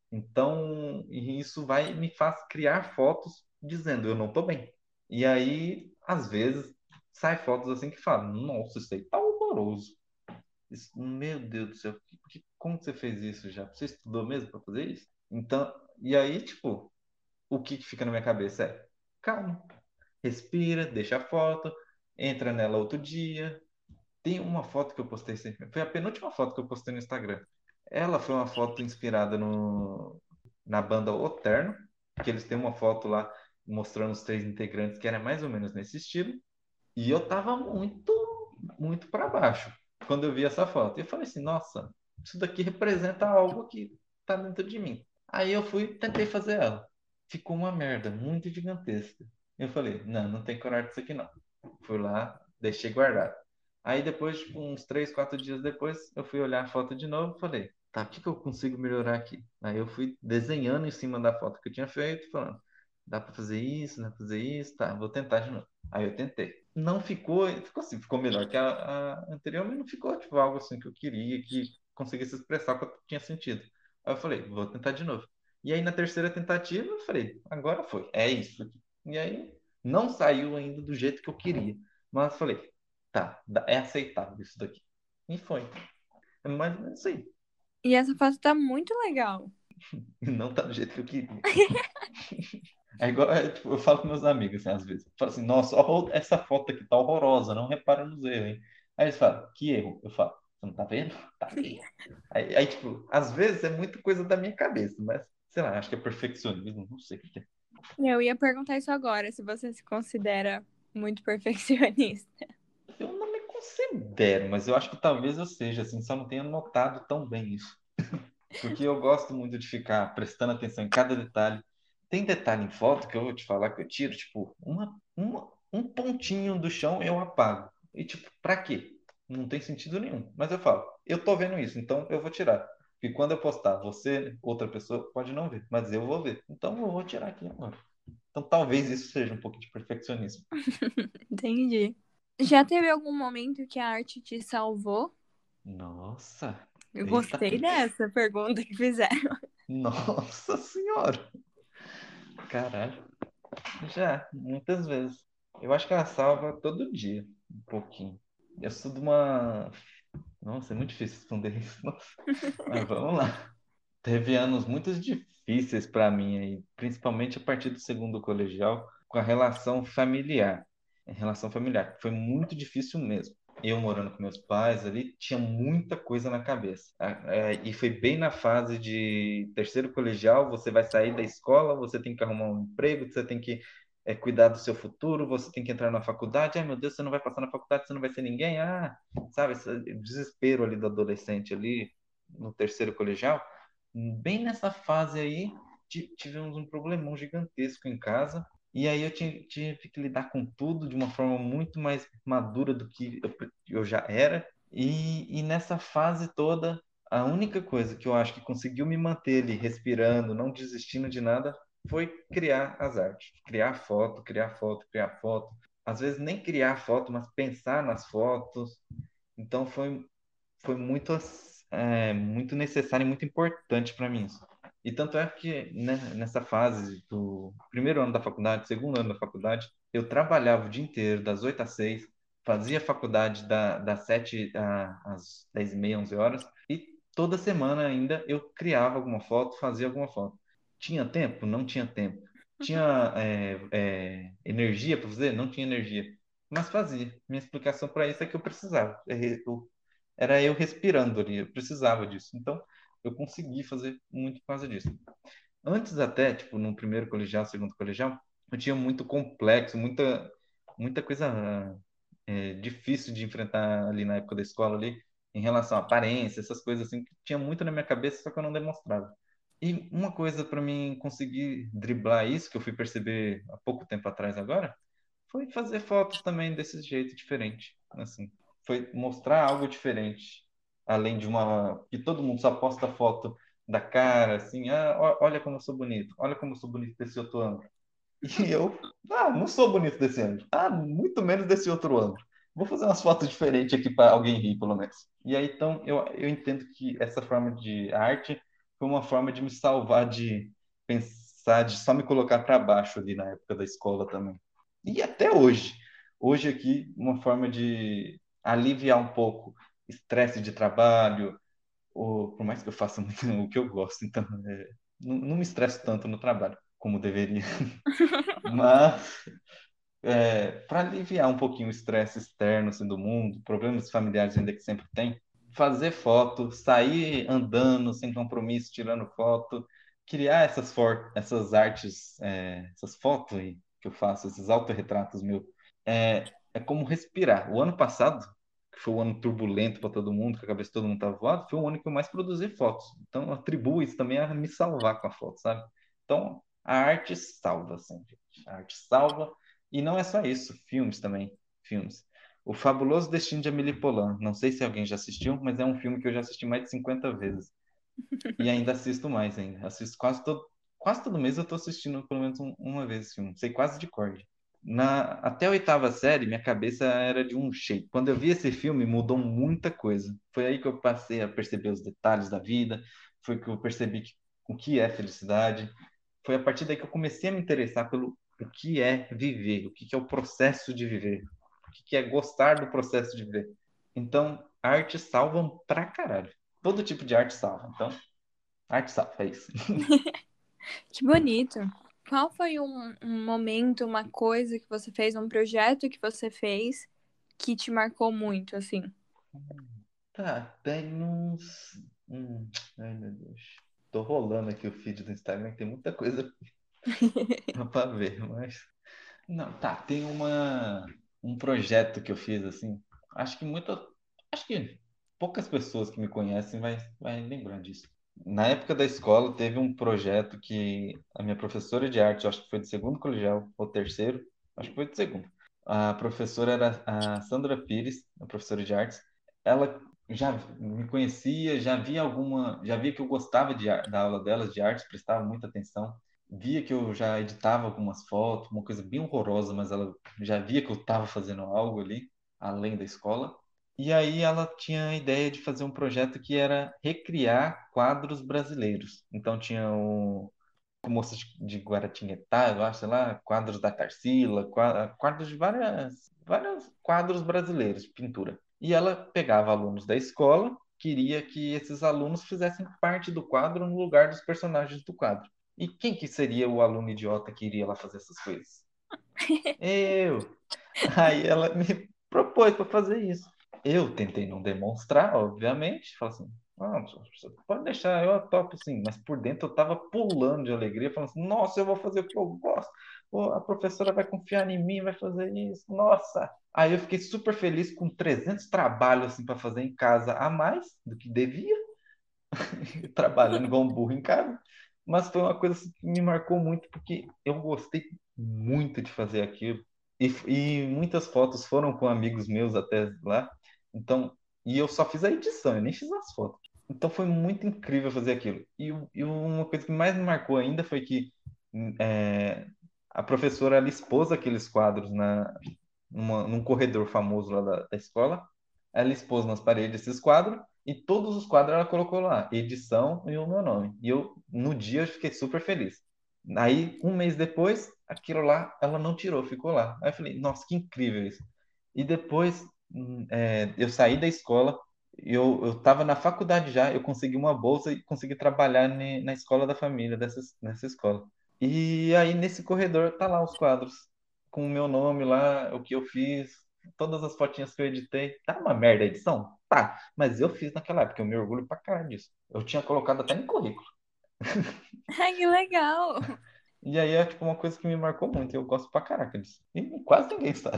Então, e isso vai me faz criar fotos dizendo eu não estou bem. E aí, às vezes, sai fotos assim que falam, nossa, isso aí tá horroroso. Isso- meu Deus do céu, que- que- como que você fez isso já? Você estudou mesmo para fazer isso? Então, e aí, tipo, o que que fica na minha cabeça é, calma, respira, deixa a foto, entra nela outro dia. Tem uma foto que eu postei, sempre- foi a penúltima foto que eu postei no Instagram. Ela foi uma foto inspirada no, na banda O Terno, que eles têm uma foto lá mostrando os três integrantes, que era mais ou menos nesse estilo. E eu tava muito, muito para baixo quando eu vi essa foto. E eu falei assim, nossa, isso daqui representa algo que tá dentro de mim. Aí eu fui, tentei fazer ela. Ficou uma merda, muito gigantesca. Eu falei, não, não tem coragem disso aqui não. Fui lá, deixei guardado. Aí depois, tipo, uns três, quatro dias depois, eu fui olhar a foto de novo e falei, tá, o que que eu consigo melhorar aqui? Aí eu fui desenhando em cima da foto que eu tinha feito, falando, dá para fazer isso, dá para fazer isso, tá, vou tentar de novo. Aí eu tentei. Não ficou, ficou assim, ficou melhor que a, a anterior, mas não ficou tipo algo assim que eu queria, que conseguisse expressar o que eu tinha sentido. Aí eu falei, vou tentar de novo. E aí na terceira tentativa eu falei, agora foi, é isso aqui. E aí não saiu ainda do jeito que eu queria, mas eu falei, tá, dá- é aceitável isso daqui. E foi. É mais ou menos isso aí. E essa foto tá muito legal. E não tá do jeito que eu queria. É igual, é, tipo, eu falo com meus amigos, assim, às vezes. Eu falo assim, nossa, ó, essa foto aqui tá horrorosa, não repara nos erros, hein? Aí eles falam, que erro? Eu falo, você não tá vendo? Tá ali. Aí, aí, tipo, às vezes é muita coisa da minha cabeça, mas, sei lá, acho que é perfeccionismo, não sei o que é. Eu ia perguntar isso agora, se você se considera muito perfeccionista. Eu não me considero, mas eu acho que talvez eu seja, assim, só não tenha notado tão bem isso. Porque eu gosto muito de ficar prestando atenção em cada detalhe. Tem detalhe em foto que eu vou te falar que eu tiro, tipo, uma, uma, um pontinho do chão eu apago. E, tipo, pra quê? Não tem sentido nenhum. Mas eu falo, eu tô vendo isso, então eu vou tirar. Porque quando eu postar, você, outra pessoa, pode não ver, mas eu vou ver. Então eu vou tirar aqui agora. Então talvez isso seja um pouco de perfeccionismo. Entendi. Já teve algum momento que a arte te salvou? Nossa, Eu eita, gostei dessa pergunta que fizeram. nossa senhora, caralho. Já, muitas vezes. Eu acho que ela salva todo dia, um pouquinho. Eu sou de uma. Nossa, é muito difícil responder isso. Nossa. Mas vamos lá. Teve anos muito difíceis para mim aí, principalmente a partir do segundo colegial, com a relação familiar. A relação familiar, foi muito difícil mesmo. Eu morando com meus pais ali, tinha muita coisa na cabeça. Ah, é, e foi bem na fase de terceiro colegial, você vai sair da escola, você tem que arrumar um emprego, você tem que é, cuidar do seu futuro, você tem que entrar na faculdade. Ai, meu Deus, você não vai passar na faculdade, você não vai ser ninguém. Ah, sabe, esse desespero ali do adolescente ali no terceiro colegial. Bem nessa fase aí, ti- tivemos um problemão gigantesco em casa. E aí eu ti- tive que lidar com tudo de uma forma muito mais madura do que eu, eu já era. E, e nessa fase toda, a única coisa que eu acho que conseguiu me manter ali respirando, não desistindo de nada, foi criar as artes. Criar foto, criar foto, criar foto. Às vezes nem criar foto, mas pensar nas fotos. Então foi foi muito, é, muito necessário e muito importante para mim isso. E tanto é que né, nessa fase do primeiro ano da faculdade, segundo ano da faculdade, eu trabalhava o dia inteiro, das oito às seis, fazia faculdade da, das sete às dez e meia, onze horas, e toda semana ainda eu criava alguma foto, fazia alguma foto. Tinha tempo? Não tinha tempo. Tinha é, é, energia para fazer? Não tinha energia. Mas fazia. Minha explicação para isso é que eu precisava. Eu era eu respirando ali, eu precisava disso. Então, eu consegui fazer muito por causa disso. Antes até, tipo, no primeiro colegial, segundo colegial, eu tinha muito complexo, muita, muita coisa é, difícil de enfrentar ali na época da escola ali, em relação à aparência, essas coisas assim, que tinha muito na minha cabeça, só que eu não demonstrava. E uma coisa para mim conseguir driblar isso, que eu fui perceber há pouco tempo atrás agora, foi fazer fotos também desse jeito diferente, assim. Foi mostrar algo diferente, além de uma que todo mundo só posta foto da cara, assim, ah, ó- olha como eu sou bonito, olha como eu sou bonito desse outro ângulo. E eu, ah, não sou bonito desse ângulo, ah, muito menos desse outro ângulo. Vou fazer umas fotos diferentes aqui para alguém rir, pelo menos. E aí, então, eu, eu entendo que essa forma de arte foi uma forma de me salvar de pensar, de só me colocar para baixo ali na época da escola também. E até hoje. Hoje aqui, uma forma de aliviar um pouco estresse de trabalho, ou por mais que eu faça muito o que eu gosto, então é, não, não me estresso tanto no trabalho como deveria. Mas é, para aliviar um pouquinho o estresse externo assim, do mundo, problemas familiares ainda que sempre tem, fazer foto, sair andando sem compromisso, tirando foto, criar essas, for essas artes, é, essas fotos aí que eu faço, esses autorretratos meus, é, é como respirar. O ano passado, que foi um ano turbulento para todo mundo, que a cabeça de todo mundo estava voado, foi o ano que eu mais produzi fotos. Então, eu atribuo isso também a me salvar com a foto, sabe? Então, a arte salva, assim, gente. A arte salva. E não é só isso, filmes também, filmes. O Fabuloso Destino de Amélie Poulain. Não sei se alguém já assistiu, mas é um filme que eu já assisti mais de cinquenta vezes. E ainda assisto mais ainda. Assisto quase todo, quase todo mês eu estou assistindo pelo menos um- uma vez esse filme. Sei quase de cor. Na, até a oitava série, minha cabeça era de um jeito. Quando eu vi esse filme, mudou muita coisa. Foi aí que eu passei a perceber os detalhes da vida. Foi que eu percebi que, o que é felicidade. Foi a partir daí que eu comecei a me interessar pelo o que é viver, o que que é o processo de viver, o que que é gostar do processo de viver. Então, a arte salva pra caralho. Todo tipo de arte salva. Então, arte salva, é isso. Que bonito. Qual foi um, um momento, uma coisa que você fez, um projeto que você fez que te marcou muito, assim? Tá, tem uns. Hum, ai, meu Deus. Tô rolando aqui o feed do Instagram, que tem muita coisa pra ver, mas. Não, tá, tem uma, um projeto que eu fiz, assim. Acho que muito. Acho que poucas pessoas que me conhecem vai, vai lembrar disso. Na época da escola, teve um projeto que a minha professora de arte, eu acho que foi do segundo colegial, ou terceiro, acho que foi do segundo. A professora era a Sandra Pires, a professora de artes. Ela já me conhecia, já via alguma, já via que eu gostava de, ar- da aula delas de artes, prestava muita atenção. Via que eu já editava algumas fotos, uma coisa bem horrorosa, mas ela já via que eu estava fazendo algo ali, além da escola. E aí ela tinha a ideia de fazer um projeto que era recriar quadros brasileiros. Então tinha o Moças de Guaratinguetá, eu acho, sei lá, quadros da Tarsila, qua- quadros de várias, vários quadros brasileiros de pintura. E ela pegava alunos da escola, queria que esses alunos fizessem parte do quadro no lugar dos personagens do quadro. E quem que seria o aluno idiota que iria lá fazer essas coisas? Eu! Aí ela me propôs para fazer isso. Eu tentei não demonstrar, obviamente. Falei assim, ah, professor, pode deixar, eu topo sim. Mas por dentro eu tava pulando de alegria, falando assim, nossa, eu vou fazer o que eu gosto. Pô, a professora vai confiar em mim, vai fazer isso. Nossa! Aí eu fiquei super feliz com trezentos trabalhos assim para fazer em casa a mais do que devia, trabalhando igual um burro em casa. Mas foi uma coisa assim, que me marcou muito, porque eu gostei muito de fazer aquilo. E, e muitas fotos foram com amigos meus até lá. Então, e eu só fiz a edição, eu nem fiz as fotos. Então foi muito incrível fazer aquilo. E, o- e uma coisa que mais me marcou ainda foi que é, a professora ela expôs aqueles quadros na, numa, num corredor famoso lá da, da escola. Ela expôs nas paredes esses quadros e todos os quadros ela colocou lá, edição e o meu nome. E eu, no dia, eu fiquei super feliz. Aí, um mês depois, aquilo lá, ela não tirou, ficou lá. Aí eu falei, nossa, que incrível isso. E depois, hum, é, eu saí da escola, eu, eu estava na faculdade já, eu consegui uma bolsa e consegui trabalhar ne- na escola da família, dessa, nessa escola. E aí, nesse corredor, tá lá os quadros, com o meu nome lá, o que eu fiz, todas as fotinhas que eu editei. Tá uma merda a edição? Tá, mas eu fiz naquela época, eu me orgulho pra caralho disso. Eu tinha colocado até no currículo. Ai, que legal! E aí é tipo uma coisa que me marcou muito, eu gosto pra caraca disso. E quase ninguém sabe.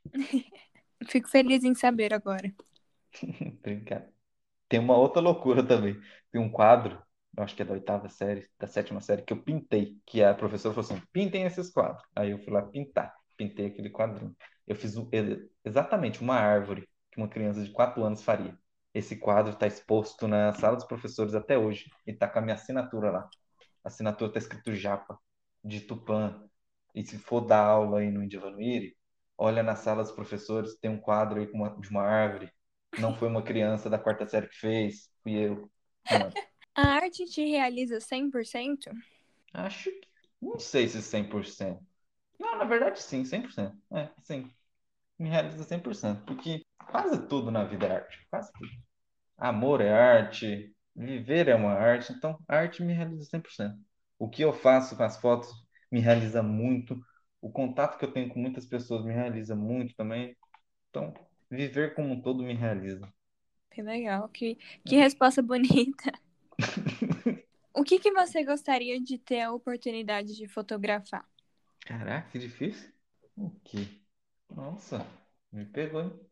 Fico feliz em saber agora. Obrigado. Tem uma outra loucura também. Tem um quadro, eu acho que é da oitava série, da sétima série, que eu pintei. Que a professora falou assim: pintem esses quadros. Aí eu fui lá pintar. Pintei aquele quadrinho. Eu fiz um- e- exatamente uma árvore que uma criança de quatro anos faria. Esse quadro está exposto na sala dos professores até hoje. E tá com a minha assinatura lá. A assinatura está escrito Japa, de Tupã. E se for dar aula aí no Indianuíri, olha na sala dos professores, tem um quadro aí com uma- de uma árvore. Não foi uma criança da quarta série que fez, fui eu. Mano, A arte te realiza cem por cento? acho que. Não sei se cem por cento. Não, na verdade, sim, cem por cento. É, sim. Me realiza cem por cento. Porque quase tudo na vida é arte, quase tudo. Amor é arte, viver é uma arte, então a arte me realiza cem por cento. O que eu faço com as fotos me realiza muito, o contato que eu tenho com muitas pessoas me realiza muito também. Então, viver como um todo me realiza. Que legal, que, que resposta bonita. O que, que você gostaria de ter a oportunidade de fotografar? Caraca, que difícil. O quê? Nossa, me pegou, hein?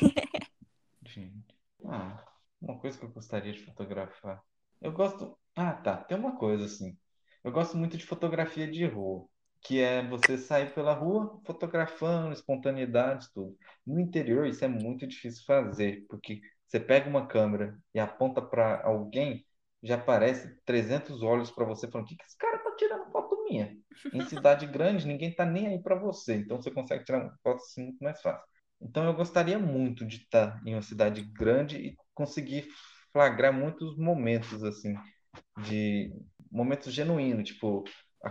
Gente. Ah, uma coisa que eu gostaria de fotografar. Eu gosto. Ah, tá. Tem uma coisa assim. Eu gosto muito de fotografia de rua, que é você sair pela rua fotografando, espontaneidade, tudo. No interior, isso é muito difícil fazer, porque você pega uma câmera e aponta para alguém, já aparece trezentos olhos para você falando: o que que esse cara tá tirando foto minha? Em cidade grande, ninguém tá nem aí para você, então você consegue tirar uma foto assim muito mais fácil. Então eu gostaria muito de estar em uma cidade grande e conseguir flagrar muitos momentos assim, de momentos genuínos, tipo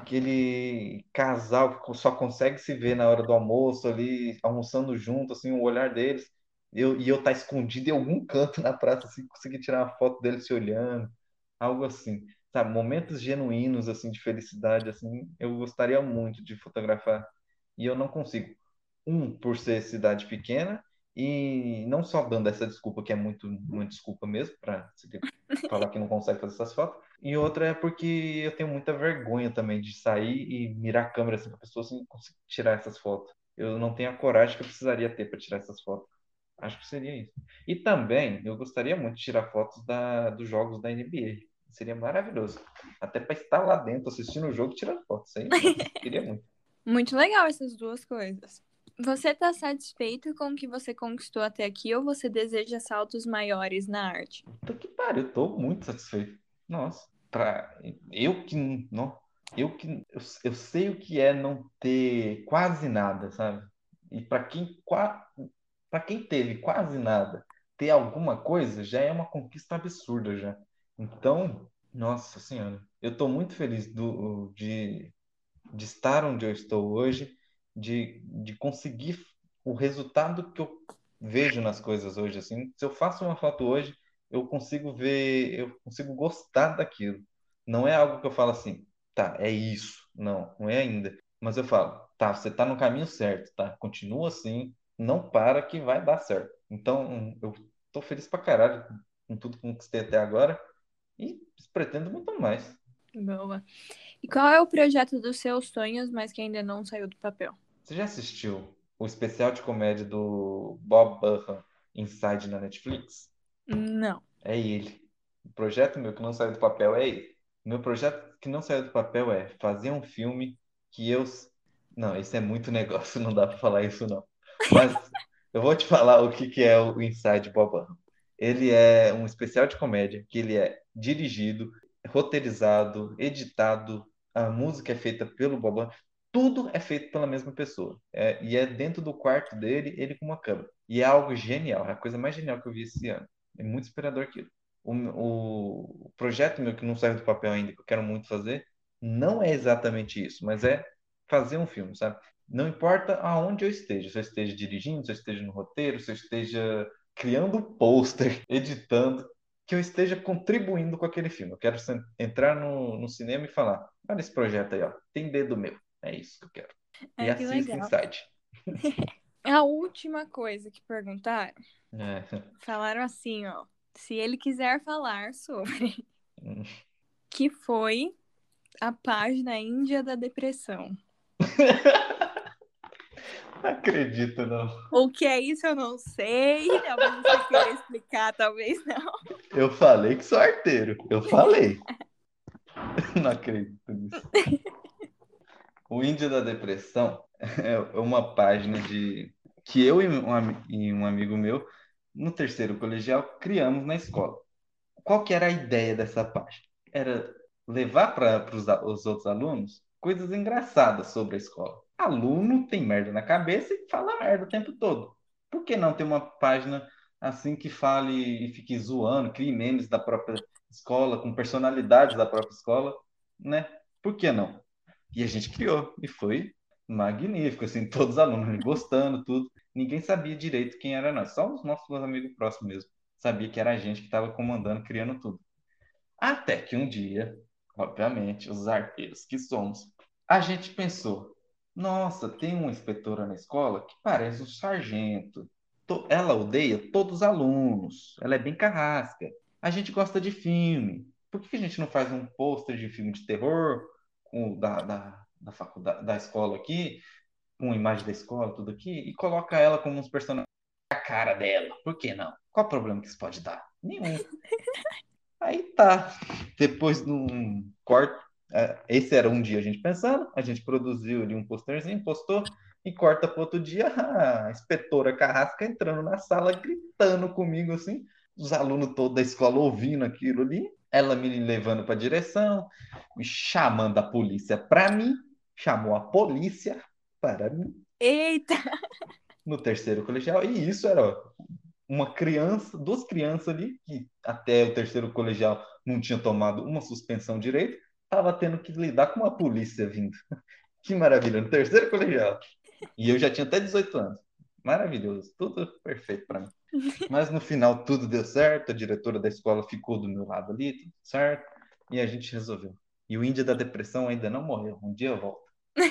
aquele casal que só consegue se ver na hora do almoço ali, almoçando junto, assim, o olhar deles, eu, e eu estar escondido em algum canto na praça, assim, conseguir tirar uma foto deles se olhando, algo assim, sabe? Momentos genuínos, assim, de felicidade, assim, eu gostaria muito de fotografar e eu não consigo. Um, por ser cidade pequena, e não só dando essa desculpa, que é muito, muito desculpa mesmo, para falar que não consegue fazer essas fotos, e outra é porque eu tenho muita vergonha também de sair e mirar a câmera assim para a pessoa assim, conseguir tirar essas fotos. Eu não tenho a coragem que eu precisaria ter para tirar essas fotos. Acho que seria isso. E também eu gostaria muito de tirar fotos da, dos jogos da N B A. Seria maravilhoso. Até para estar lá dentro assistindo o jogo e tirando fotos. Isso aí, nossa, queria muito. Muito legal essas duas coisas. Você está satisfeito com o que você conquistou até aqui ou você deseja saltos maiores na arte? Puta que pariu, eu tô muito satisfeito. Nossa, pra eu que não, eu que eu, eu sei o que é não ter quase nada, sabe? E para quem para quem teve quase nada, ter alguma coisa já é uma conquista absurda já. Então, nossa senhora, eu tô muito feliz do, de de estar onde eu estou hoje, de, de conseguir o resultado que eu vejo nas coisas hoje. Assim, se eu faço uma foto hoje, eu consigo ver, eu consigo gostar daquilo. Não é algo que eu falo assim, tá, é isso. Não, não é ainda. Mas eu falo, tá, você tá no caminho certo, tá? Continua assim, não para que vai dar certo. Então, eu tô feliz pra caralho com tudo que conquistei até agora e pretendo muito mais. Boa. E qual é o projeto dos seus sonhos, mas que ainda não saiu do papel? Você já assistiu o especial de comédia do Bob Burnham, Inside na Netflix? Não. É ele. O projeto meu que não saiu do papel é ele. O meu projeto que não saiu do papel é fazer um filme que eu. Não, isso é muito negócio, não dá para falar isso não. Mas eu vou te falar o que que é o Inside Bob Burnham. Ele é um especial de comédia que ele é dirigido, roteirizado, editado, a música é feita pelo Bob Burnham, tudo é feito pela mesma pessoa. É, e é dentro do quarto dele, ele com uma câmera. E é algo genial, é a coisa mais genial que eu vi esse ano. É muito inspirador aquilo. O, o, o projeto meu que não saiu do papel ainda, que eu quero muito fazer, não é exatamente isso, mas é fazer um filme, sabe? Não importa aonde eu esteja, se eu esteja dirigindo, se eu esteja no roteiro, se eu esteja criando pôster, editando, que eu esteja contribuindo com aquele filme. Eu quero entrar no, no cinema e falar: olha esse projeto aí, ó, tem dedo meu. É isso que eu quero. E Ai, que assista legal. Inside. A última coisa que perguntaram, É. falaram assim, ó, se ele quiser falar sobre, Hum. que foi a página Índia da Depressão. Não acredito, não. O que é isso eu não sei, talvez você queira explicar, talvez não. Eu falei que sou arteiro. Eu falei. Não acredito nisso. O Índio da Depressão é uma página de que eu e um, ami- e um amigo meu, no terceiro colegial, criamos na escola. Qual que era a ideia dessa página? Era levar para os outros alunos coisas engraçadas sobre a escola. Aluno tem merda na cabeça e fala merda o tempo todo. Por que não ter uma página assim que fale e fique zoando, crie memes da própria escola, com personalidades da própria escola, né? Por que não? E a gente criou, e foi magnífico, assim, todos os alunos gostando, tudo. Ninguém sabia direito quem era nós, só os nossos amigos próximos mesmo. Sabia que era a gente que estava comandando, criando tudo. Até que um dia, obviamente, os arteiros que somos, a gente pensou: nossa, tem uma inspetora na escola que parece um sargento. To- Ela odeia todos os alunos. Ela é bem carrasca. A gente gosta de filme. Por que que a gente não faz um pôster de filme de terror com, da, da, da faculdade, da escola aqui, com a imagem da escola, tudo aqui, e coloca ela como uns personagens a cara dela? Por que não? Qual o problema que isso pode dar? Nenhum. Aí tá. Depois de um corte, é, esse era um dia a gente pensando, a gente produziu ali um posterzinho, postou e corta para outro dia a inspetora Carrasca entrando na sala, gritando comigo assim, os alunos todos da escola ouvindo aquilo ali, ela me levando para a direção, me chamando a polícia para mim, chamou a polícia para mim Eita! no terceiro colegial, e isso era uma criança, duas crianças ali, que até o terceiro colegial não tinha tomado uma suspensão direito, estava tendo que lidar com uma polícia vindo. Que maravilha, no terceiro colegial. E eu já tinha até dezoito anos. Maravilhoso, tudo perfeito para mim. Mas no final tudo deu certo, a diretora da escola ficou do meu lado ali, tudo certo, e a gente resolveu. E o Índia da Depressão ainda não morreu, um dia eu volto.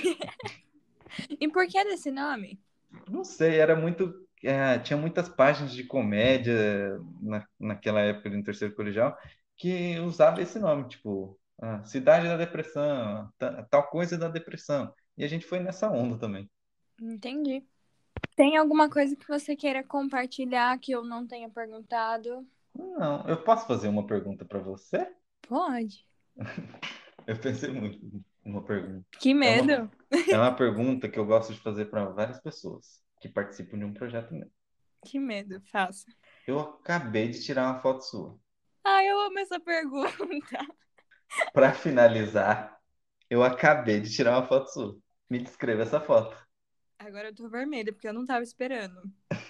E por que desse nome? Não sei, era muito. É, tinha muitas páginas de comédia na, naquela época no terceiro colegial que usava esse nome, tipo, ah, Cidade da Depressão, ta- tal coisa da depressão. E a gente foi nessa onda também. Entendi. Tem alguma coisa que você queira compartilhar que eu não tenha perguntado? Não, eu posso fazer uma pergunta para você? Pode. Eu pensei muito numa pergunta. Que É uma, medo. é uma pergunta que eu gosto de fazer para várias pessoas que participam de um projeto meu. Que medo, faça. Eu acabei de tirar uma foto sua. Ah, eu amo essa pergunta. Para finalizar, eu acabei de tirar uma foto sua. Me descreva essa foto. Agora eu tô vermelha, porque eu não tava esperando.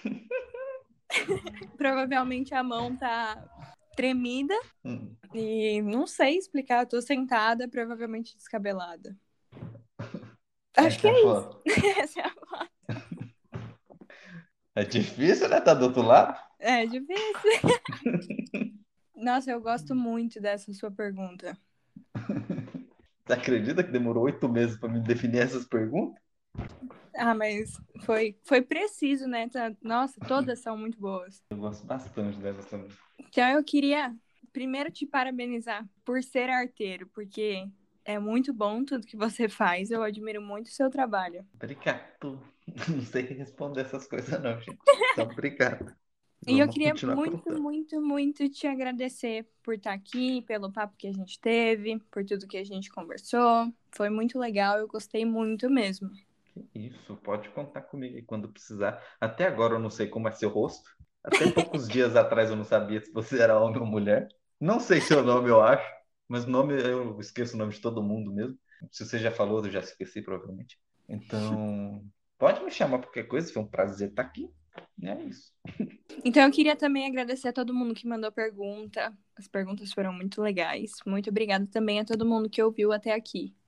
Provavelmente a mão tá tremida Hum, e não sei explicar. Eu tô sentada, provavelmente descabelada. Acho que essa é a é isso. foto. Essa é a foto. É difícil, né? Tá do outro lado. É difícil. Nossa, eu gosto muito dessa sua pergunta. Você acredita que demorou oito meses para me definir essas perguntas? Ah, mas foi, foi preciso, né? Tá- Nossa, todas são muito boas. Eu gosto bastante delas também. Então eu queria primeiro te parabenizar por ser arteiro, porque é muito bom tudo que você faz. Eu admiro muito o seu trabalho. Obrigado. Não sei responder essas coisas, não, gente. Então, obrigado. E eu Vamos queria continuar muito, aprontando. muito, muito te agradecer por estar aqui, pelo papo que a gente teve, por tudo que a gente conversou. Foi muito legal, eu gostei muito mesmo. Isso, pode contar comigo aí quando precisar. Até agora eu não sei como é seu rosto. Até poucos dias atrás eu não sabia se você era homem ou mulher. Não sei seu nome, eu acho, mas o nome eu esqueço o nome de todo mundo mesmo. Se você já falou, eu já esqueci, provavelmente. Então, pode me chamar por qualquer coisa, foi um prazer estar aqui. E é isso. Então eu queria também agradecer a todo mundo que mandou pergunta. As perguntas foram muito legais. Muito obrigada também a todo mundo que ouviu até aqui.